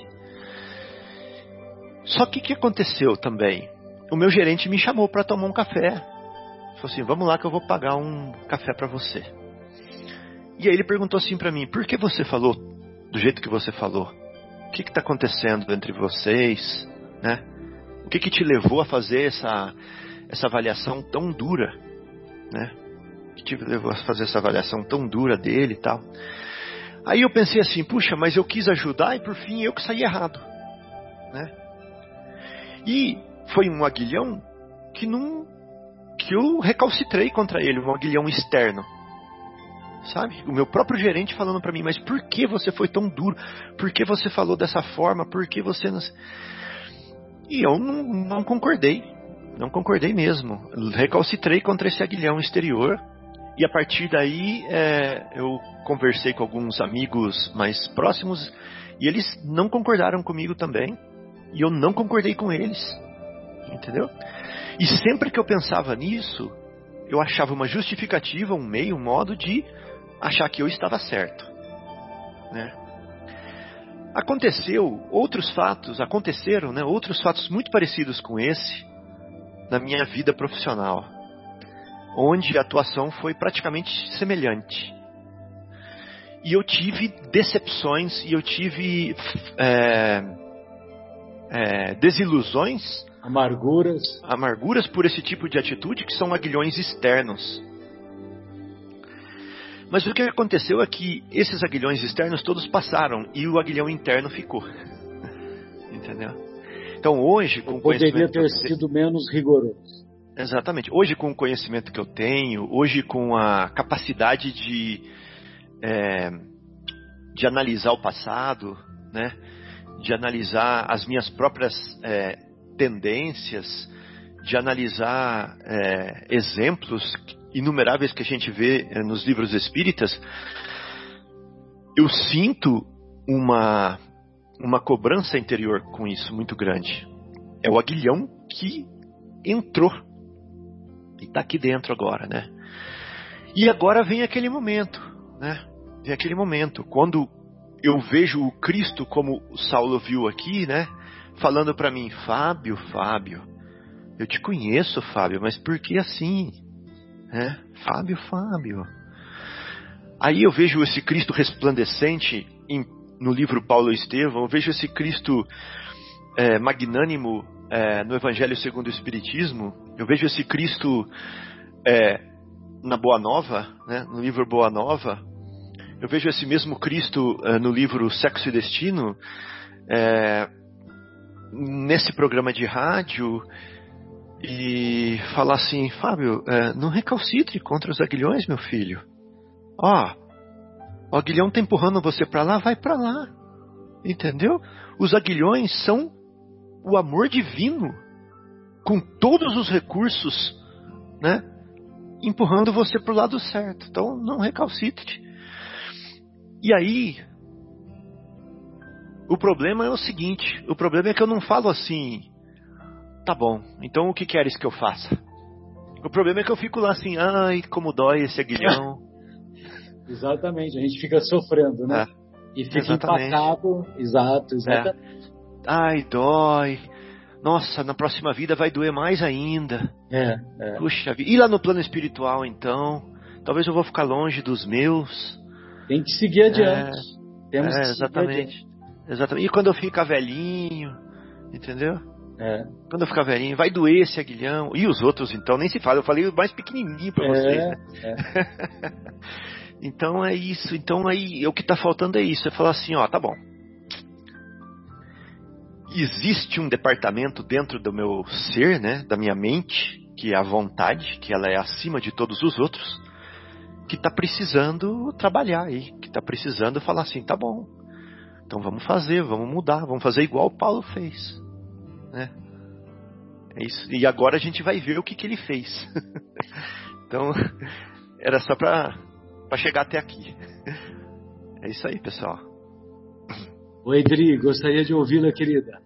Só que o que aconteceu também? O meu gerente me chamou para tomar um café. Falou assim, vamos lá que eu vou pagar um café para você. E aí ele perguntou assim para mim, por que você falou do jeito que você falou? O que está acontecendo entre vocês? Né? O que, que te levou a fazer essa, essa avaliação tão dura? Né? O que te levou a fazer essa avaliação tão dura dele e tal? Aí eu pensei assim, puxa, mas eu quis ajudar e por fim eu que saí errado. Né? E foi um aguilhão que, não, que eu recalcitrei contra ele, um aguilhão externo. Sabe? O meu próprio gerente falando pra mim, mas por que você foi tão duro? Por que você falou dessa forma? Por que você não... E eu não, não concordei. Não concordei mesmo. Recalcitrei contra esse aguilhão exterior. E a partir daí, é, eu conversei com alguns amigos mais próximos e eles não concordaram comigo também. E eu não concordei com eles. Entendeu? E sempre que eu pensava nisso, eu achava uma justificativa, um meio, um modo de achar que eu estava certo, né? Aconteceu outros fatos, aconteceram, né, outros fatos muito parecidos com esse na minha vida profissional, onde a atuação foi praticamente semelhante. E eu tive decepções e eu tive é, é, desilusões, amarguras, amarguras por esse tipo de atitude que são aguilhões externos. Mas o que aconteceu é que esses aguilhões externos todos passaram e o aguilhão interno ficou. Entendeu? Então hoje, com o poderia ter sido menos rigoroso. Exatamente. Hoje, com o conhecimento que eu tenho, hoje com a capacidade de, é, de analisar o passado, né? De analisar as minhas próprias é, tendências, de analisar é, exemplos inumeráveis que a gente vê é, nos livros espíritas, eu sinto uma, uma cobrança interior com isso muito grande. É o aguilhão que entrou e está aqui dentro agora, né? E agora vem aquele momento, né? Vem aquele momento, quando eu vejo o Cristo como o Saulo viu aqui, né? Falando para mim, Fábio, Fábio, eu te conheço, Fábio, mas por que assim? Né? Fábio, Fábio. Aí eu vejo esse Cristo resplandecente em, no livro Paulo e Estevão, eu vejo esse Cristo é, magnânimo é, no Evangelho segundo o Espiritismo, eu vejo esse Cristo é, na Boa Nova, né? No livro Boa Nova, eu vejo esse mesmo Cristo é, no livro Sexo e Destino, é, nesse programa de rádio, e falar assim, Fábio, é, não recalcitre contra os aguilhões, meu filho. Ó, o aguilhão tá empurrando você para lá, vai para lá. Entendeu? Os aguilhões são o amor divino, com todos os recursos, né? Empurrando você pro lado certo. Então não recalcitre. E aí, o problema é o seguinte, o problema é que eu não falo assim, tá bom, então o que queres que eu faça? O problema é que eu fico lá assim, ai, como dói esse aguilhão. Exatamente, a gente fica sofrendo, né? É, e fica exatamente. empacado. Exato, exatamente. É. Ai, dói. Nossa, na próxima vida vai doer mais ainda. É, é. Puxa vida. E lá no plano espiritual, então? Talvez eu vou ficar longe dos meus. Tem que seguir adiante. É, Temos é, que exatamente. seguir adiante. Exatamente. E quando eu ficar velhinho, entendeu? É. Quando eu ficar velhinho, vai doer esse aguilhão. E os outros, então, nem se fala. Eu falei o mais pequenininho pra vocês, é, né? É. Então é isso. Então aí o que está faltando é isso. É falar assim, ó, tá bom. Existe um departamento dentro do meu ser, né, da minha mente, que é a vontade, que ela é acima de todos os outros, que está precisando trabalhar aí, que está precisando falar assim, tá bom. Então vamos fazer, vamos mudar, vamos fazer igual o Paulo fez, né? É isso. E agora a gente vai ver o que, que ele fez. Então era só para para chegar até aqui. É isso aí, pessoal. Oi, Dri, gostaria de ouvi-la, querida.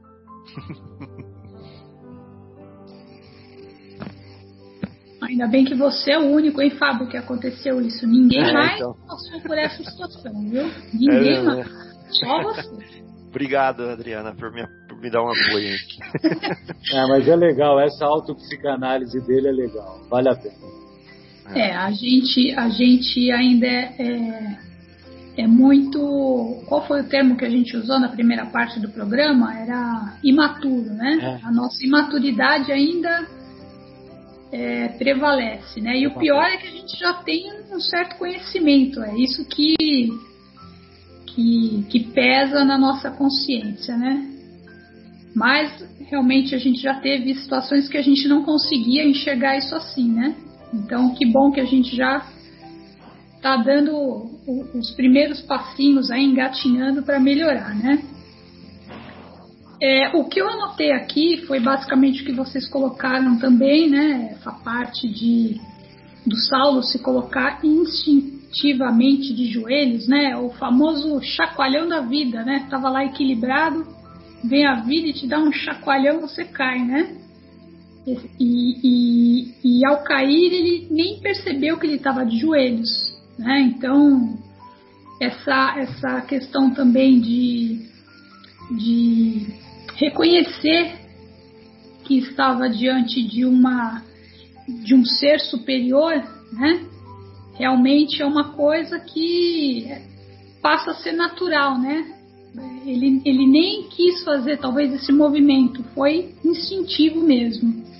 Ainda bem que você é o único, hein, Fábio, que aconteceu isso. Ninguém é, mais então. passou por essa situação, viu? Ninguém é, mais. É. Só você. Obrigado, Adriana, por me, por me dar um apoio aqui. É, mas é legal, essa autopsicanálise dele é legal, vale a pena. É, a gente, a gente ainda é, é, é muito... Qual foi o termo que a gente usou na primeira parte do programa? Era imaturo, né? É. A nossa imaturidade ainda é, prevalece, né? E o pior é que a gente já tem um certo conhecimento. É isso que, que, que pesa na nossa consciência, né? Mas realmente a gente já teve situações que a gente não conseguia enxergar isso assim, né? Então, que bom que a gente já está dando os primeiros passinhos aí, engatinhando para melhorar, né? É, o que eu anotei aqui foi basicamente o que vocês colocaram também, né? Essa parte de do Saulo se colocar instintivamente de joelhos, né? O famoso chacoalhão da vida, né? Tava lá equilibrado, vem a vida e te dá um chacoalhão, você cai, né? E, e, e ao cair ele nem percebeu que ele estava de joelhos, né? Então essa, essa questão também de, de reconhecer que estava diante de, uma, de um ser superior, né? Realmente é uma coisa que passa a ser natural, né? Ele, ele nem quis fazer talvez esse movimento, foi instintivo mesmo.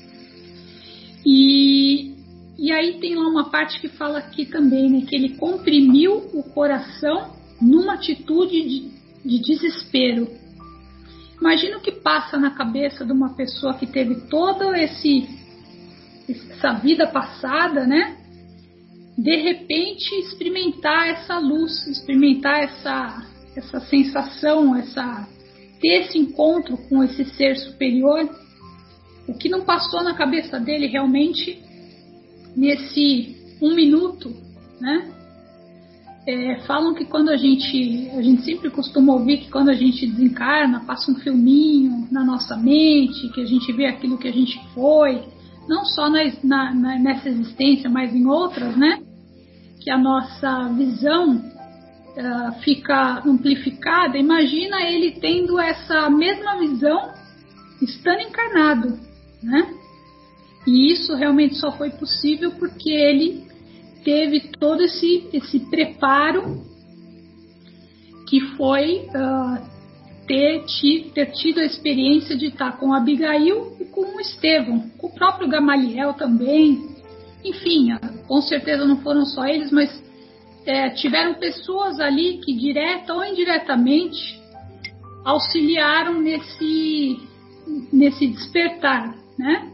E, e aí tem lá uma parte que fala aqui também, né, que ele comprimiu o coração numa atitude de, de desespero. Imagina o que passa na cabeça de uma pessoa que teve toda esse, essa vida passada, né? de repente experimentar essa luz, experimentar essa, essa sensação, essa, ter esse encontro com esse ser superior. O que não passou na cabeça dele realmente nesse um minuto, né? É, falam que quando a gente, a gente sempre costuma ouvir que quando a gente desencarna, passa um filminho na nossa mente, que a gente vê aquilo que a gente foi, não só na, na, na, nessa existência, mas em outras, né? Que a nossa visão uh, fica amplificada. Imagina ele tendo essa mesma visão estando encarnado, né? E isso realmente só foi possível porque ele teve todo esse, esse preparo que foi uh, ter, ter tido a experiência de estar com Abigail e com o Estevão, com o próprio Gamaliel também. Enfim, uh, com certeza não foram só eles, mas é, tiveram pessoas ali que direta ou indiretamente auxiliaram nesse, nesse despertar, né?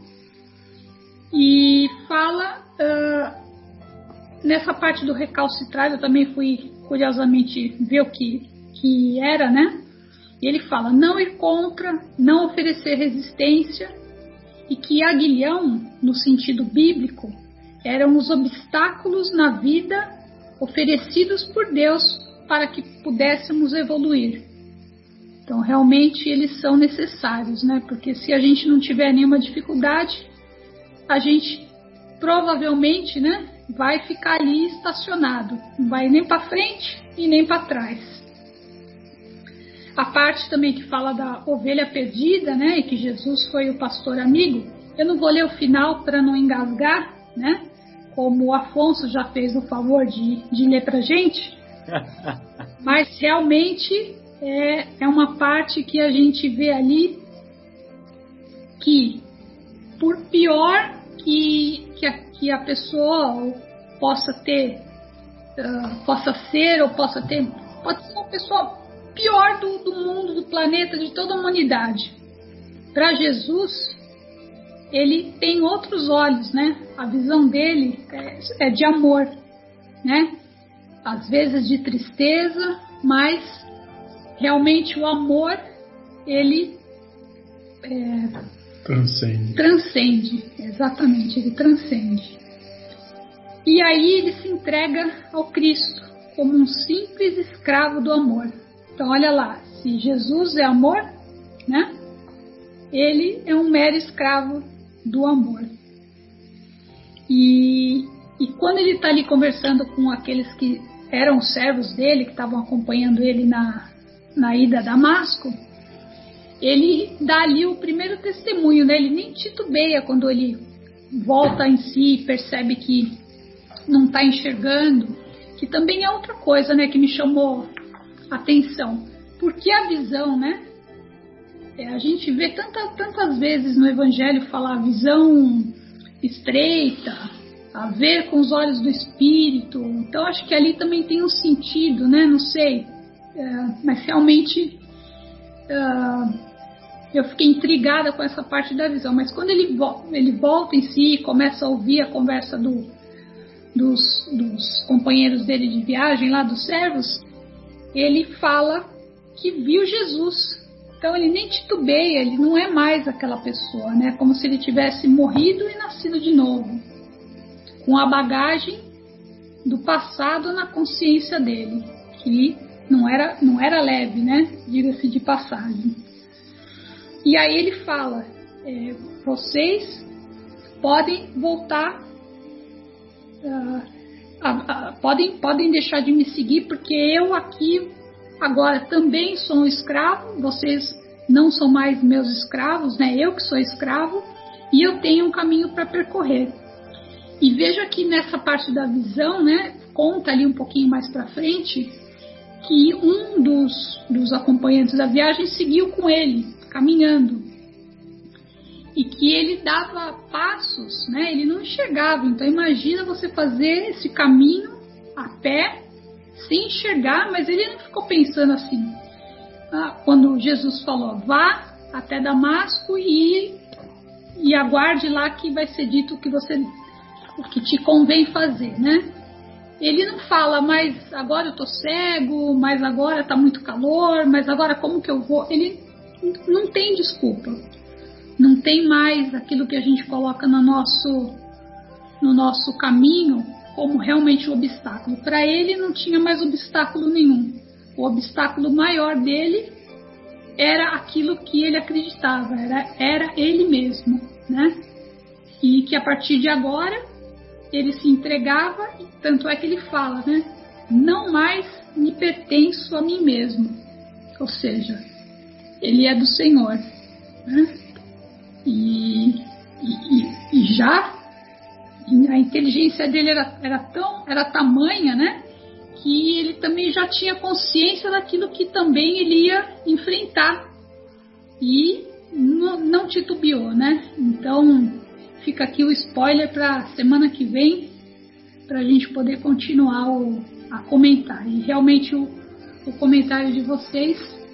E fala... Uh, Nessa parte do recalcitrado, eu também fui curiosamente ver o que, que era, né? E ele fala, não ir contra, não oferecer resistência, e que aguilhão, no sentido bíblico, eram os obstáculos na vida oferecidos por Deus para que pudéssemos evoluir. Então, realmente, eles são necessários, né? Porque se a gente não tiver nenhuma dificuldade, a gente provavelmente, né, vai ficar ali estacionado, não vai nem para frente e nem para trás. A parte também que fala da ovelha perdida, né, e que Jesus foi o pastor amigo, eu não vou ler o final para não engasgar, né, como o Afonso já fez o favor de, de ler para gente, mas realmente é, é uma parte que a gente vê ali que, por pior que Que a, que a pessoa possa ter, uh, possa ser ou possa ter, pode ser uma pessoa pior do, do mundo, do planeta, de toda a humanidade. Para Jesus, ele tem outros olhos, né? A visão dele é, é de amor, né? Às vezes de tristeza, mas realmente o amor, ele é, Transcende. Transcende, exatamente, ele transcende. E aí ele se entrega ao Cristo como um simples escravo do amor. Então olha lá, se Jesus é amor, né? Ele é um mero escravo do amor. E, e quando ele está ali conversando com aqueles que eram servos dele, que estavam acompanhando ele na, na ida a Damasco, ele dá ali o primeiro testemunho, né? Ele nem titubeia quando ele volta em si, percebe que não está enxergando, que também é outra coisa, né, que me chamou a atenção. Porque a visão, né? É, a gente vê tanta, tantas vezes no Evangelho falar visão estreita, a ver com os olhos do Espírito. Então acho que ali também tem um sentido, né? Não sei, é, mas realmente... Uh, eu fiquei intrigada com essa parte da visão, mas quando ele, vo- ele volta em si e começa a ouvir a conversa do, dos, dos companheiros dele de viagem, lá dos servos, ele fala que viu Jesus. Então ele nem titubeia, ele não é mais aquela pessoa, né? Como se ele tivesse morrido e nascido de novo, com a bagagem do passado na consciência dele, que não era, não era leve, né? Diga-se de passagem. E aí ele fala, é, vocês podem voltar, uh, a, a, podem, podem deixar de me seguir, porque eu aqui agora também sou um escravo, vocês não são mais meus escravos, né? Eu que sou escravo, e eu tenho um caminho para percorrer. E veja que nessa parte da visão, né, conta ali um pouquinho mais para frente, que um dos, dos acompanhantes da viagem seguiu com ele, caminhando, e que ele dava passos, né? Ele não enxergava. Então imagina você fazer esse caminho a pé sem enxergar, mas ele não ficou pensando assim. Ah, quando Jesus falou, vá até Damasco e, e aguarde lá que vai ser dito o que você, o que te convém fazer, né? ele não fala, mas agora eu tô cego, mas agora tá muito calor, mas agora como que eu vou? Ele não tem desculpa. Não tem mais aquilo que a gente coloca no nosso, no nosso caminho como realmente um obstáculo. Para ele não tinha mais obstáculo nenhum. O obstáculo maior dele era aquilo que ele acreditava, era, era ele mesmo, né? E que a partir de agora ele se entregava, tanto é que ele fala, né? Não mais me pertenço a mim mesmo. Ou seja, ele é do Senhor, né? E, e, e já a inteligência dele era, era, tão, era tamanha, né? Que ele também já tinha consciência daquilo que também ele ia enfrentar. E não, não titubeou, né? Então fica aqui o spoiler para semana que vem, para a gente poder continuar o, a comentar. E realmente o, o comentário de vocês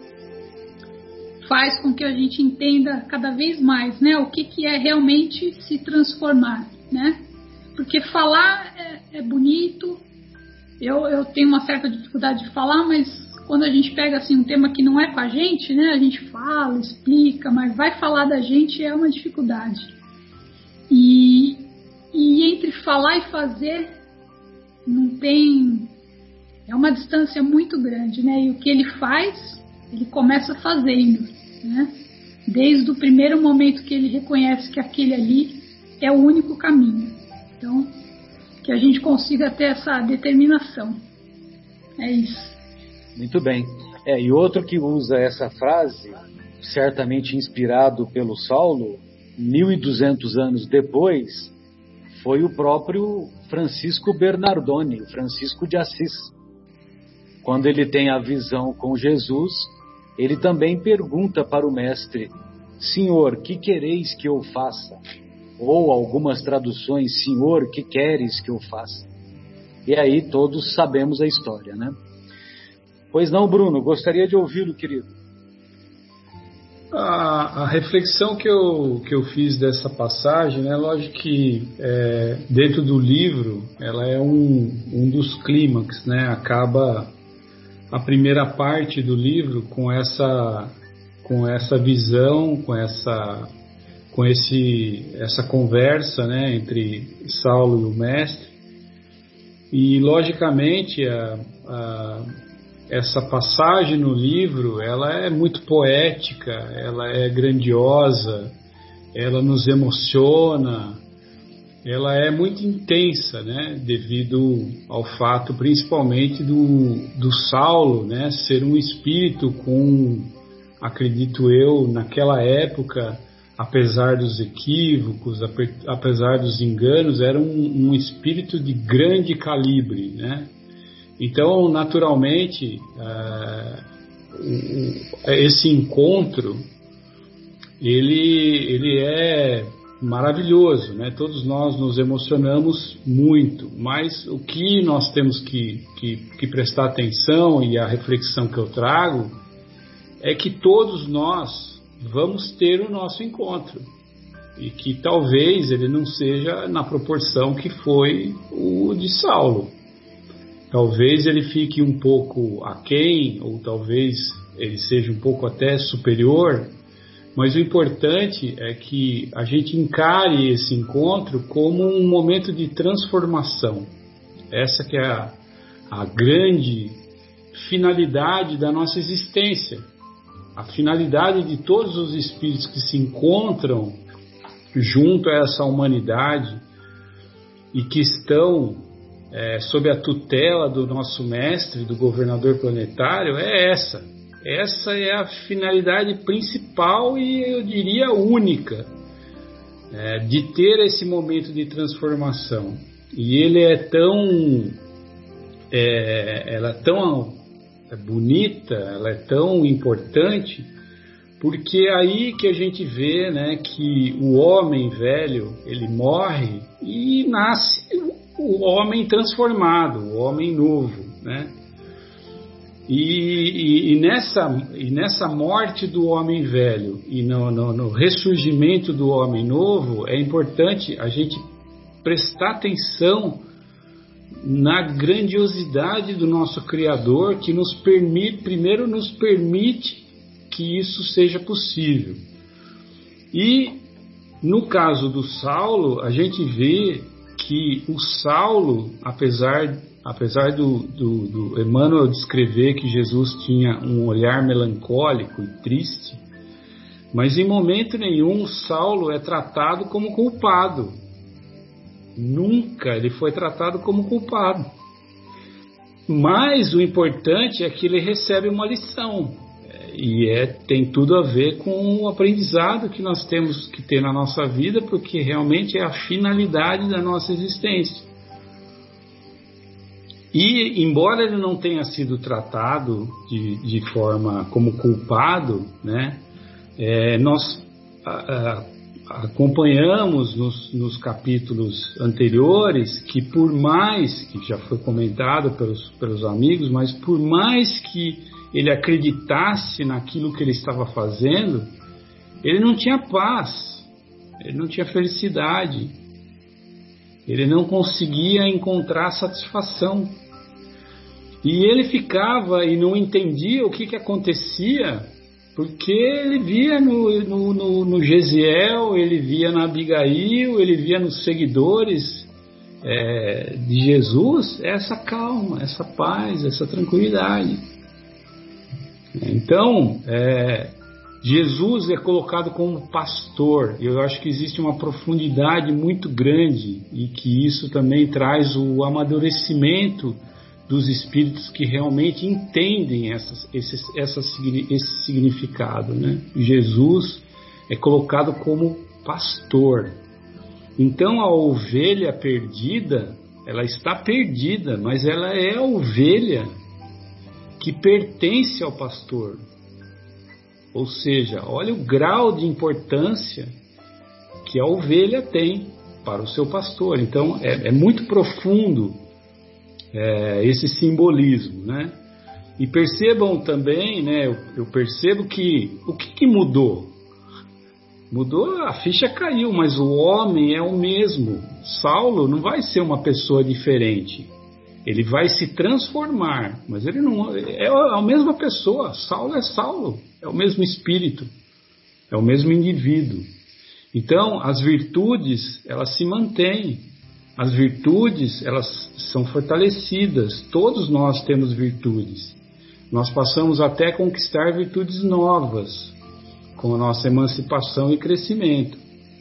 faz com que a gente entenda cada vez mais, né, o que, que é realmente se transformar, né? Porque falar é, é bonito, eu, eu tenho uma certa dificuldade de falar, mas quando a gente pega assim, um tema que não é com a gente, né, a gente fala, explica, mas vai falar da gente é uma dificuldade. E, e entre falar e fazer não tem, é uma distância muito grande, né? E o que ele faz, ele começa fazendo, né? Desde o primeiro momento que ele reconhece que aquele ali é o único caminho. Então, que a gente consiga ter essa determinação. É isso. Muito bem. É, e outro que usa essa frase, certamente inspirado pelo Saulo, mil e duzentos anos depois, foi o próprio Francisco Bernardone, Francisco de Assis. Quando ele tem a visão com Jesus, ele também pergunta para o mestre: Senhor, que quereis que eu faça? Ou algumas traduções, Senhor, que queres que eu faça? E aí todos sabemos a história, né? Pois não, Bruno, gostaria de ouvi-lo, querido. A, a reflexão que eu, que eu fiz dessa passagem, né, lógico que é, dentro do livro, ela é um, um dos clímax, né? Acaba a primeira parte do livro com essa, com essa visão, com essa, com esse, essa conversa, né, entre Saulo e o mestre. E logicamente a, a, essa passagem no livro, ela é muito poética, ela é grandiosa, ela nos emociona, ela é muito intensa, né, devido ao fato principalmente do, do Saulo, né, ser um espírito com, acredito eu, naquela época, apesar dos equívocos, apesar dos enganos, era um, um espírito de grande calibre, né? Então, naturalmente, uh, esse encontro, ele, ele é maravilhoso, né? Todos nós nos emocionamos muito, mas o que nós temos que, que, que prestar atenção, e a reflexão que eu trago, é que todos nós vamos ter o nosso encontro, e que talvez ele não seja na proporção que foi o de Saulo. Talvez ele fique um pouco aquém, ou talvez ele seja um pouco até superior, mas o importante é que a gente encare esse encontro como um momento de transformação. Essa que é a, a grande finalidade da nossa existência. A finalidade de todos os espíritos que se encontram junto a essa humanidade e que estão é, sob a tutela do nosso mestre, do governador planetário, é essa. Essa é a finalidade principal e eu diria única, é, de ter esse momento de transformação. E ele é tão, é, ela é tão bonita, ela é tão importante, porque é aí que a gente vê, né, que o homem velho, ele morre e nasce o homem transformado, o homem novo, né? E, e, e, nessa, e nessa morte do homem velho e no, no, no ressurgimento do homem novo, é importante a gente prestar atenção na grandiosidade do nosso Criador, que nos permite, primeiro nos permite que isso seja possível. E no caso do Saulo, a gente vê que o Saulo, apesar, apesar do, do, do Emmanuel descrever que Jesus tinha um olhar melancólico e triste, mas em momento nenhum Saulo é tratado como culpado. Nunca ele foi tratado como culpado. Mas o importante é que ele recebe uma lição. E é, tem tudo a ver com o aprendizado que nós temos que ter na nossa vida, porque realmente é a finalidade da nossa existência. E, embora ele não tenha sido tratado de, de forma como culpado, né, é, nós a, a, acompanhamos nos, nos capítulos anteriores que, por mais, que já foi comentado pelos, pelos amigos, mas por mais que ele acreditasse naquilo que ele estava fazendo, ele não tinha paz, ele não tinha felicidade, ele não conseguia encontrar satisfação. E ele ficava e não entendia o que, que acontecia, porque ele via no, no, no, no Gesiel, ele via na Abigail, ele via nos seguidores é, de Jesus essa calma, essa paz, essa tranquilidade. Então, é, Jesus é colocado como pastor. Eu acho que existe uma profundidade muito grande e que isso também traz o amadurecimento dos espíritos que realmente entendem essas, esses, essa, esse significado, né? Jesus é colocado como pastor. Então a ovelha perdida, ela está perdida, mas ela é a ovelha que pertence ao pastor. Ou seja, olha o grau de importância que a ovelha tem para o seu pastor. Então é, é muito profundo É, esse simbolismo, né? E percebam também, né? Eu, eu percebo que o que, que mudou? Mudou, a ficha caiu, mas o homem é o mesmo. Saulo não vai ser uma pessoa diferente. Ele vai se transformar, mas ele não é a mesma pessoa. Saulo é Saulo, é o mesmo espírito, é o mesmo indivíduo. Então, as virtudes elas se mantêm. As virtudes, elas são fortalecidas. Todos nós temos virtudes. Nós passamos até a conquistar virtudes novas com a nossa emancipação e crescimento.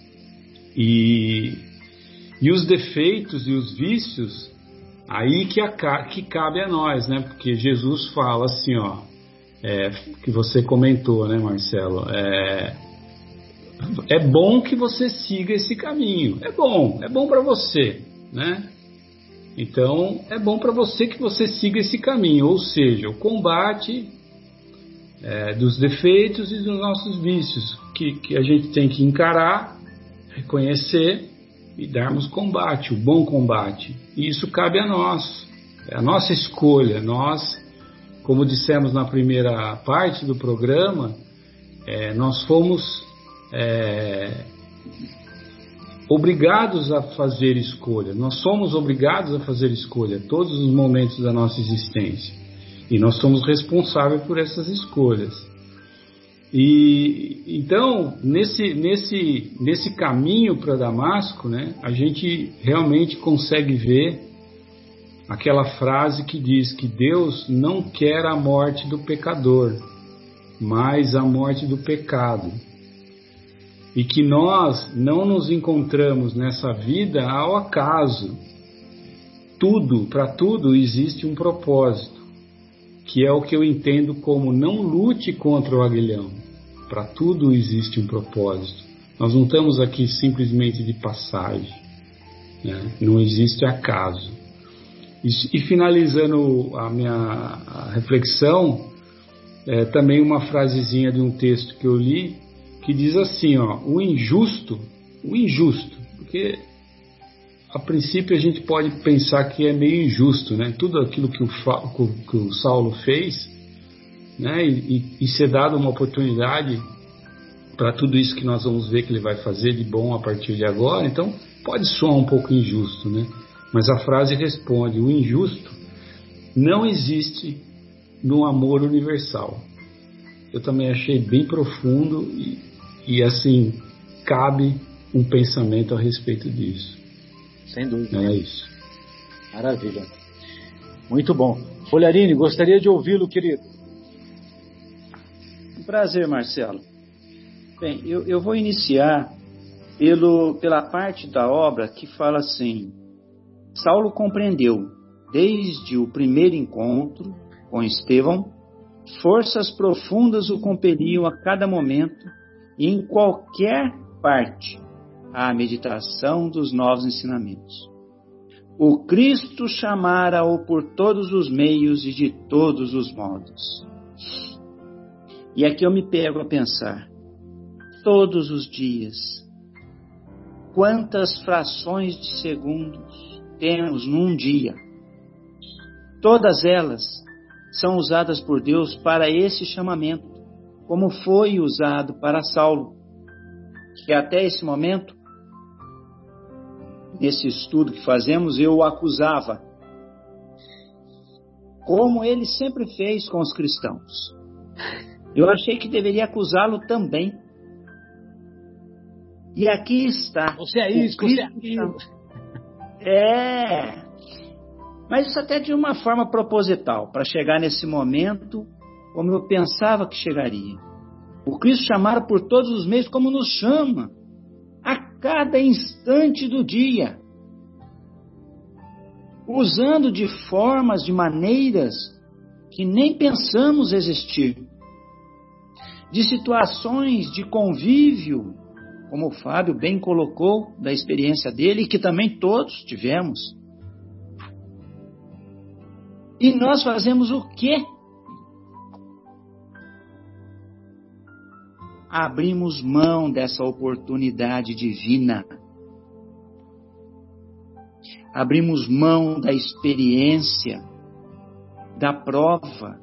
E, e os defeitos e os vícios, aí que, a, que cabe a nós, né? Porque Jesus fala assim, ó, é, que você comentou, né, Marcelo? É, É bom que você siga esse caminho. É bom, é bom para você, né? Então, é bom para você que você siga esse caminho, ou seja, o combate é, dos defeitos e dos nossos vícios, que, que a gente tem que encarar, reconhecer e darmos combate, o bom combate. E isso cabe a nós, é a nossa escolha. Nós, como dissemos na primeira parte do programa, é, nós fomos É, obrigados a fazer escolha. Nós somos obrigados a fazer escolha todos os momentos da nossa existência, e nós somos responsáveis por essas escolhas. E então nesse nesse nesse caminho para Damasco, né, a gente realmente consegue ver aquela frase que diz que Deus não quer a morte do pecador, mas a morte do pecado. E que nós não nos encontramos nessa vida ao acaso. Tudo, para tudo existe um propósito, que é o que eu entendo como não lute contra o aguilhão. Para tudo existe um propósito. Nós não estamos aqui simplesmente de passagem, né? Não existe acaso. E, e finalizando a minha a reflexão, é, também uma frasezinha de um texto que eu li, que diz assim, ó, o injusto, o injusto, porque a princípio a gente pode pensar que é meio injusto, né? Tudo aquilo que o, que o Saulo fez, né? E, e ser dado uma oportunidade para tudo isso que nós vamos ver que ele vai fazer de bom a partir de agora, então pode soar um pouco injusto, né? Mas a frase responde: o injusto não existe no amor universal. Eu também achei bem profundo e, e assim, cabe um pensamento a respeito disso. Sem dúvida. É isso. Maravilha. Muito bom. Folharini, gostaria de ouvi-lo, querido. Um prazer, Marcelo. Bem, eu, eu vou iniciar pelo, pela parte da obra que fala assim: Saulo compreendeu, desde o primeiro encontro com Estevão, forças profundas o compeliam a cada momento e em qualquer parte à meditação dos novos ensinamentos. O Cristo chamara-o por todos os meios e de todos os modos. E aqui eu me pego a pensar, todos os dias, quantas frações de segundos temos num dia? Todas elas são usadas por Deus para esse chamamento, como foi usado para Saulo, que até esse momento, nesse estudo que fazemos, eu o acusava, como ele sempre fez com os cristãos. Eu achei que deveria acusá-lo também. E aqui está. Você é isso, você é aquilo. É. Mas isso até de uma forma proposital, para chegar nesse momento como eu pensava que chegaria. O Cristo chamara por todos os meios como nos chama, a cada instante do dia, usando de formas, de maneiras que nem pensamos existir, de situações de convívio, como o Fábio bem colocou, da experiência dele, e que também todos tivemos. E nós fazemos o quê? Abrimos mão dessa oportunidade divina. Abrimos mão da experiência, da prova.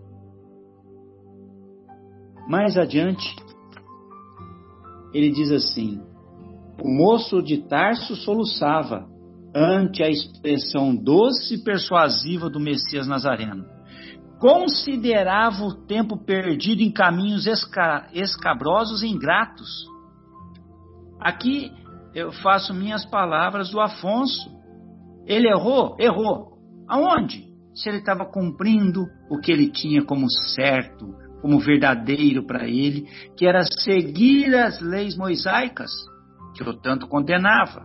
Mais adiante, ele diz assim: o moço de Tarso soluçava ante a expressão doce e persuasiva do Messias Nazareno. Considerava o tempo perdido em caminhos esca- escabrosos e ingratos. Aqui eu faço minhas palavras do Afonso. Ele errou? Errou. Aonde? Se ele estava cumprindo o que ele tinha como certo, como verdadeiro para ele, que era seguir as leis mosaicas, que eu tanto condenava.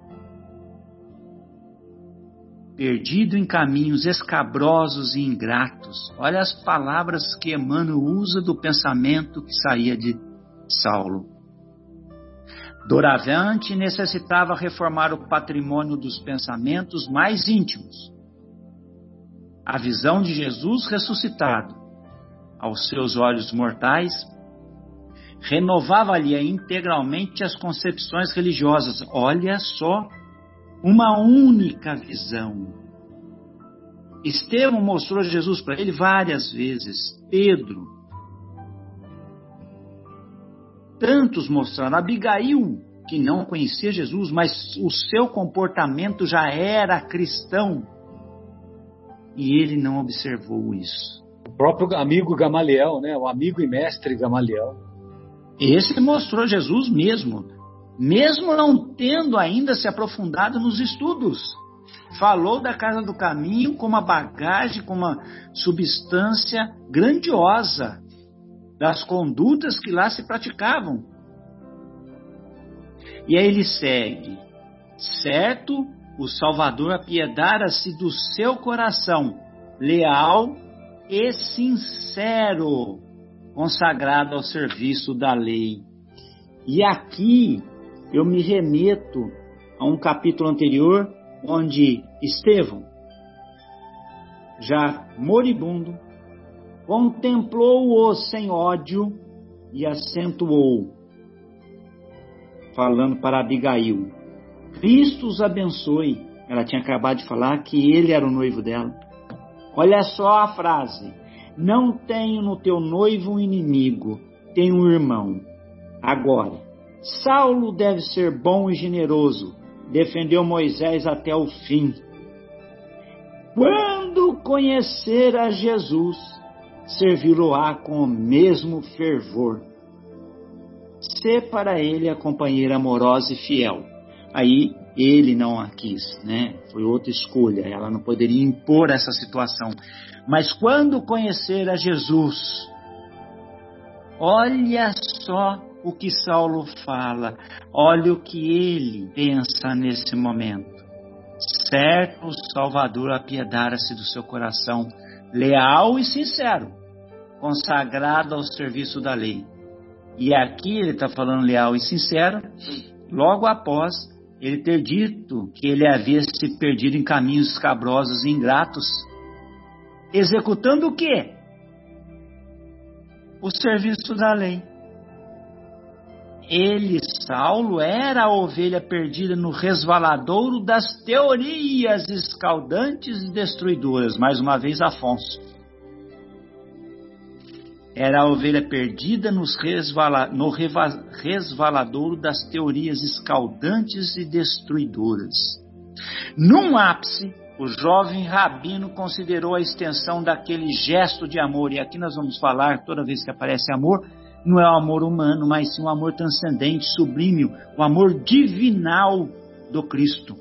Perdido em caminhos escabrosos e ingratos. Olha as palavras que Emmanuel usa do pensamento que saía de Saulo. Doravante necessitava reformar o patrimônio dos pensamentos mais íntimos. A visão de Jesus ressuscitado, aos seus olhos mortais, renovava-lhe integralmente as concepções religiosas. Olha só, uma única visão. Estevão mostrou Jesus para ele várias vezes. Pedro. Tantos mostraram. Abigail, que não conhecia Jesus, mas o seu comportamento já era cristão. E ele não observou isso. O próprio amigo Gamaliel, né? O amigo e mestre Gamaliel. Esse mostrou Jesus mesmo, mesmo não tendo ainda se aprofundado nos estudos. Falou da Casa do Caminho com uma bagagem, com uma substância grandiosa das condutas que lá se praticavam. E aí ele segue: certo, o Salvador apiedara-se do seu coração, leal e sincero, consagrado ao serviço da lei. E aqui eu me remeto a um capítulo anterior, onde Estevão, já moribundo, contemplou-o sem ódio e acentuou, falando para Abigail: Cristo os abençoe. Ela tinha acabado de falar que ele era o noivo dela. Olha só a frase: não tenho no teu noivo um inimigo, tenho um irmão. Agora, Saulo deve ser bom e generoso, defendeu Moisés até o fim. Quando conhecer a Jesus, servi-lo-á com o mesmo fervor. Sê para ele a companheira amorosa e fiel. Aí ele não a quis, né? Foi outra escolha, ela não poderia impor essa situação. Mas quando conhecer a Jesus, olha só o que Saulo fala, olha o que ele pensa nesse momento. Certo, o Salvador apiedara-se do seu coração, leal e sincero, consagrado ao serviço da lei. E aqui ele está falando leal e sincero, logo após ele ter dito que ele havia se perdido em caminhos escabrosos e ingratos, executando o quê? O serviço da lei. Ele, Saulo, era a ovelha perdida no resvaladouro das teorias escaldantes e destruidoras. Mais uma vez, Afonso. Era a ovelha perdida nos resvala, no reva, resvaladouro das teorias escaldantes e destruidoras. Num ápice, o jovem rabino considerou a extensão daquele gesto de amor. E aqui nós vamos falar, toda vez que aparece amor, não é o amor humano, mas sim o amor transcendente, sublime, o amor divinal do Cristo.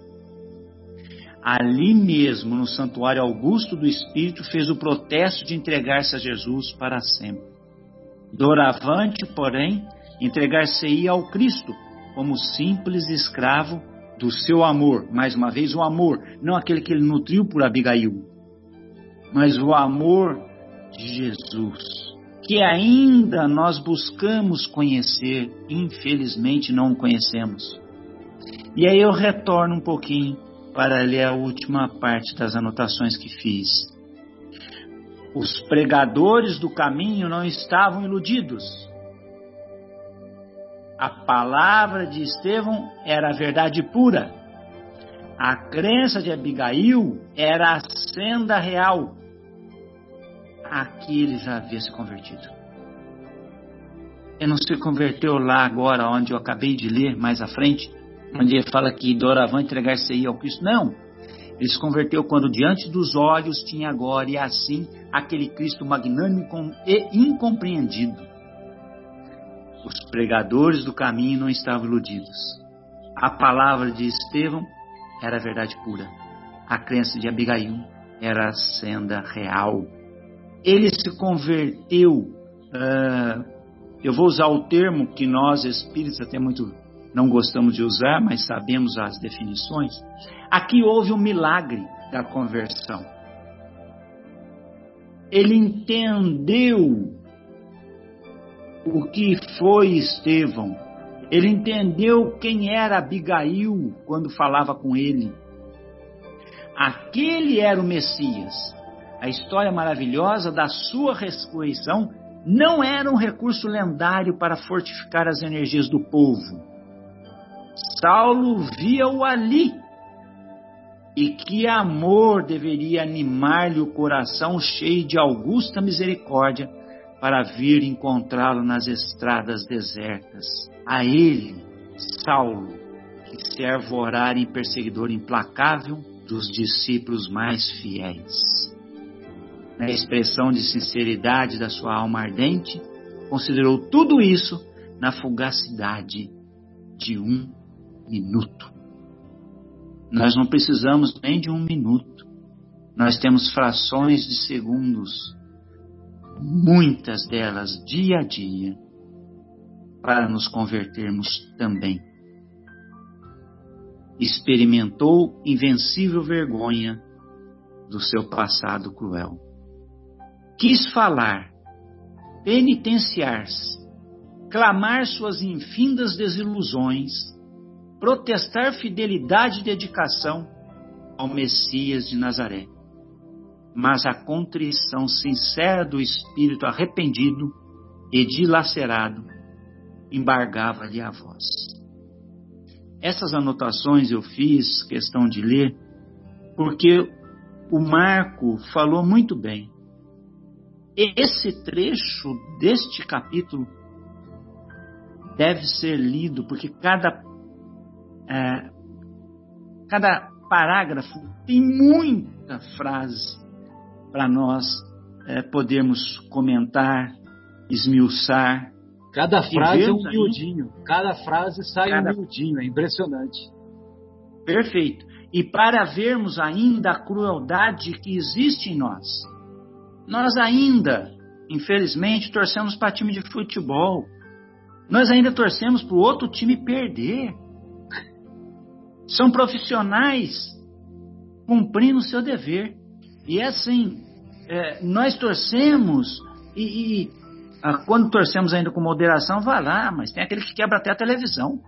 Ali mesmo, no santuário augusto do Espírito, fez o protesto de entregar-se a Jesus para sempre. Doravante, porém, entregar-se-ia ao Cristo como simples escravo do seu amor. Mais uma vez, o amor, não aquele que ele nutriu por Abigail, mas o amor de Jesus, que ainda nós buscamos conhecer, infelizmente não o conhecemos. E aí eu retorno um pouquinho para ler a última parte das anotações que fiz. Os pregadores do caminho não estavam iludidos. A palavra de Estevão era a verdade pura. A crença de Abigail era a senda real. Aqui ele já havia se convertido. Ele não se converteu lá agora, onde eu acabei de ler, mais à frente, onde ele fala que doravante entregar-se-ia ao Cristo. Não, ele se converteu quando diante dos olhos tinha agora, e assim, aquele Cristo magnânimo e incompreendido. Os pregadores do caminho não estavam iludidos. A palavra de Estevão era a verdade pura. A crença de Abigail era a senda real. Ele se converteu, uh, eu vou usar o termo que nós espíritos até muito não gostamos de usar, mas sabemos as definições. Aqui houve um milagre da conversão. Ele entendeu o que foi Estevão. Ele entendeu quem era Abigail quando falava com ele. Aquele era o Messias. A história maravilhosa da sua ressurreição não era um recurso lendário para fortificar as energias do povo. Saulo via-o ali. E que amor deveria animar-lhe o coração cheio de augusta misericórdia para vir encontrá-lo nas estradas desertas. A ele, Saulo, que se arvorara em perseguidor implacável dos discípulos mais fiéis. Na expressão de sinceridade da sua alma ardente, considerou tudo isso na fugacidade de um minuto. Nós não precisamos nem de um minuto. Nós temos frações de segundos, muitas delas dia a dia, para nos convertermos também. Experimentou invencível vergonha do seu passado cruel. Quis falar, penitenciar-se, clamar suas infindas desilusões, protestar fidelidade e dedicação ao Messias de Nazaré. Mas a contrição sincera do espírito arrependido e dilacerado embargava-lhe a voz. Essas anotações eu fiz questão de ler porque o Marco falou muito bem. Esse trecho deste capítulo deve ser lido porque cada, é, cada parágrafo tem muita frase para nós é, podermos comentar, esmiuçar. Cada frase é um miudinho. Cada frase sai cada... um miudinho. É impressionante. Perfeito. E para vermos ainda a crueldade que existe em nós. Nós ainda, infelizmente, torcemos para time de futebol. Nós ainda torcemos para o outro time perder. São profissionais cumprindo o seu dever. E é assim, é, nós torcemos e, e ah, quando torcemos ainda com moderação, vai lá, mas tem aquele que quebra até a televisão.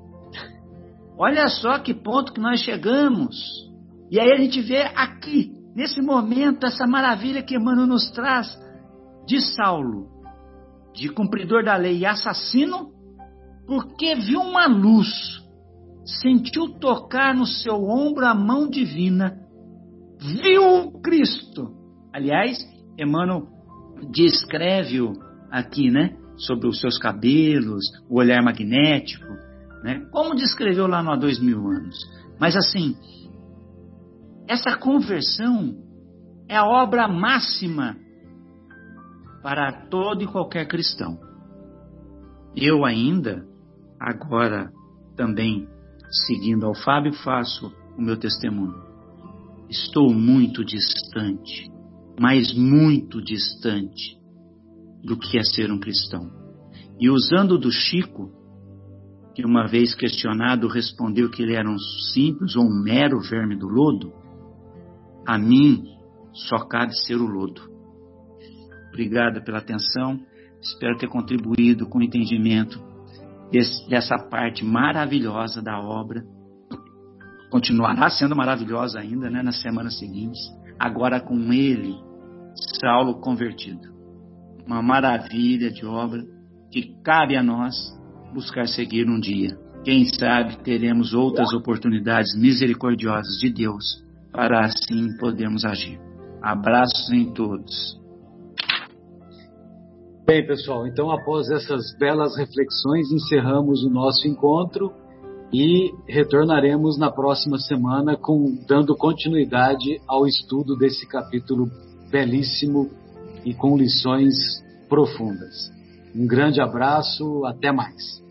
Olha só que ponto que nós chegamos. E aí a gente vê aqui, nesse momento, essa maravilha que Emmanuel nos traz de Saulo, de cumpridor da lei e assassino, porque viu uma luz, sentiu tocar no seu ombro a mão divina, viu o Cristo. Aliás, Emmanuel descreve-o aqui, né, sobre os seus cabelos, o olhar magnético, né, como descreveu lá no há dois mil anos. Mas assim, essa conversão é a obra máxima para todo e qualquer cristão. Eu ainda, agora também seguindo ao Fábio, faço o meu testemunho. Estou muito distante, mas muito distante do que é ser um cristão. E usando do Chico, que uma vez questionado respondeu que ele era um simples ou um mero verme do lodo, a mim só cabe ser o lodo. Obrigado pela atenção, espero ter contribuído com o entendimento desse, dessa parte maravilhosa da obra. Continuará sendo maravilhosa ainda, né, nas semanas seguintes, agora com ele, Saulo convertido. Uma maravilha de obra que cabe a nós buscar seguir um dia. Quem sabe teremos outras oportunidades misericordiosas de Deus para assim podermos agir. Abraços em todos. Bem, pessoal, então após essas belas reflexões, encerramos o nosso encontro e retornaremos na próxima semana com, dando continuidade ao estudo desse capítulo belíssimo e com lições profundas. Um grande abraço, até mais.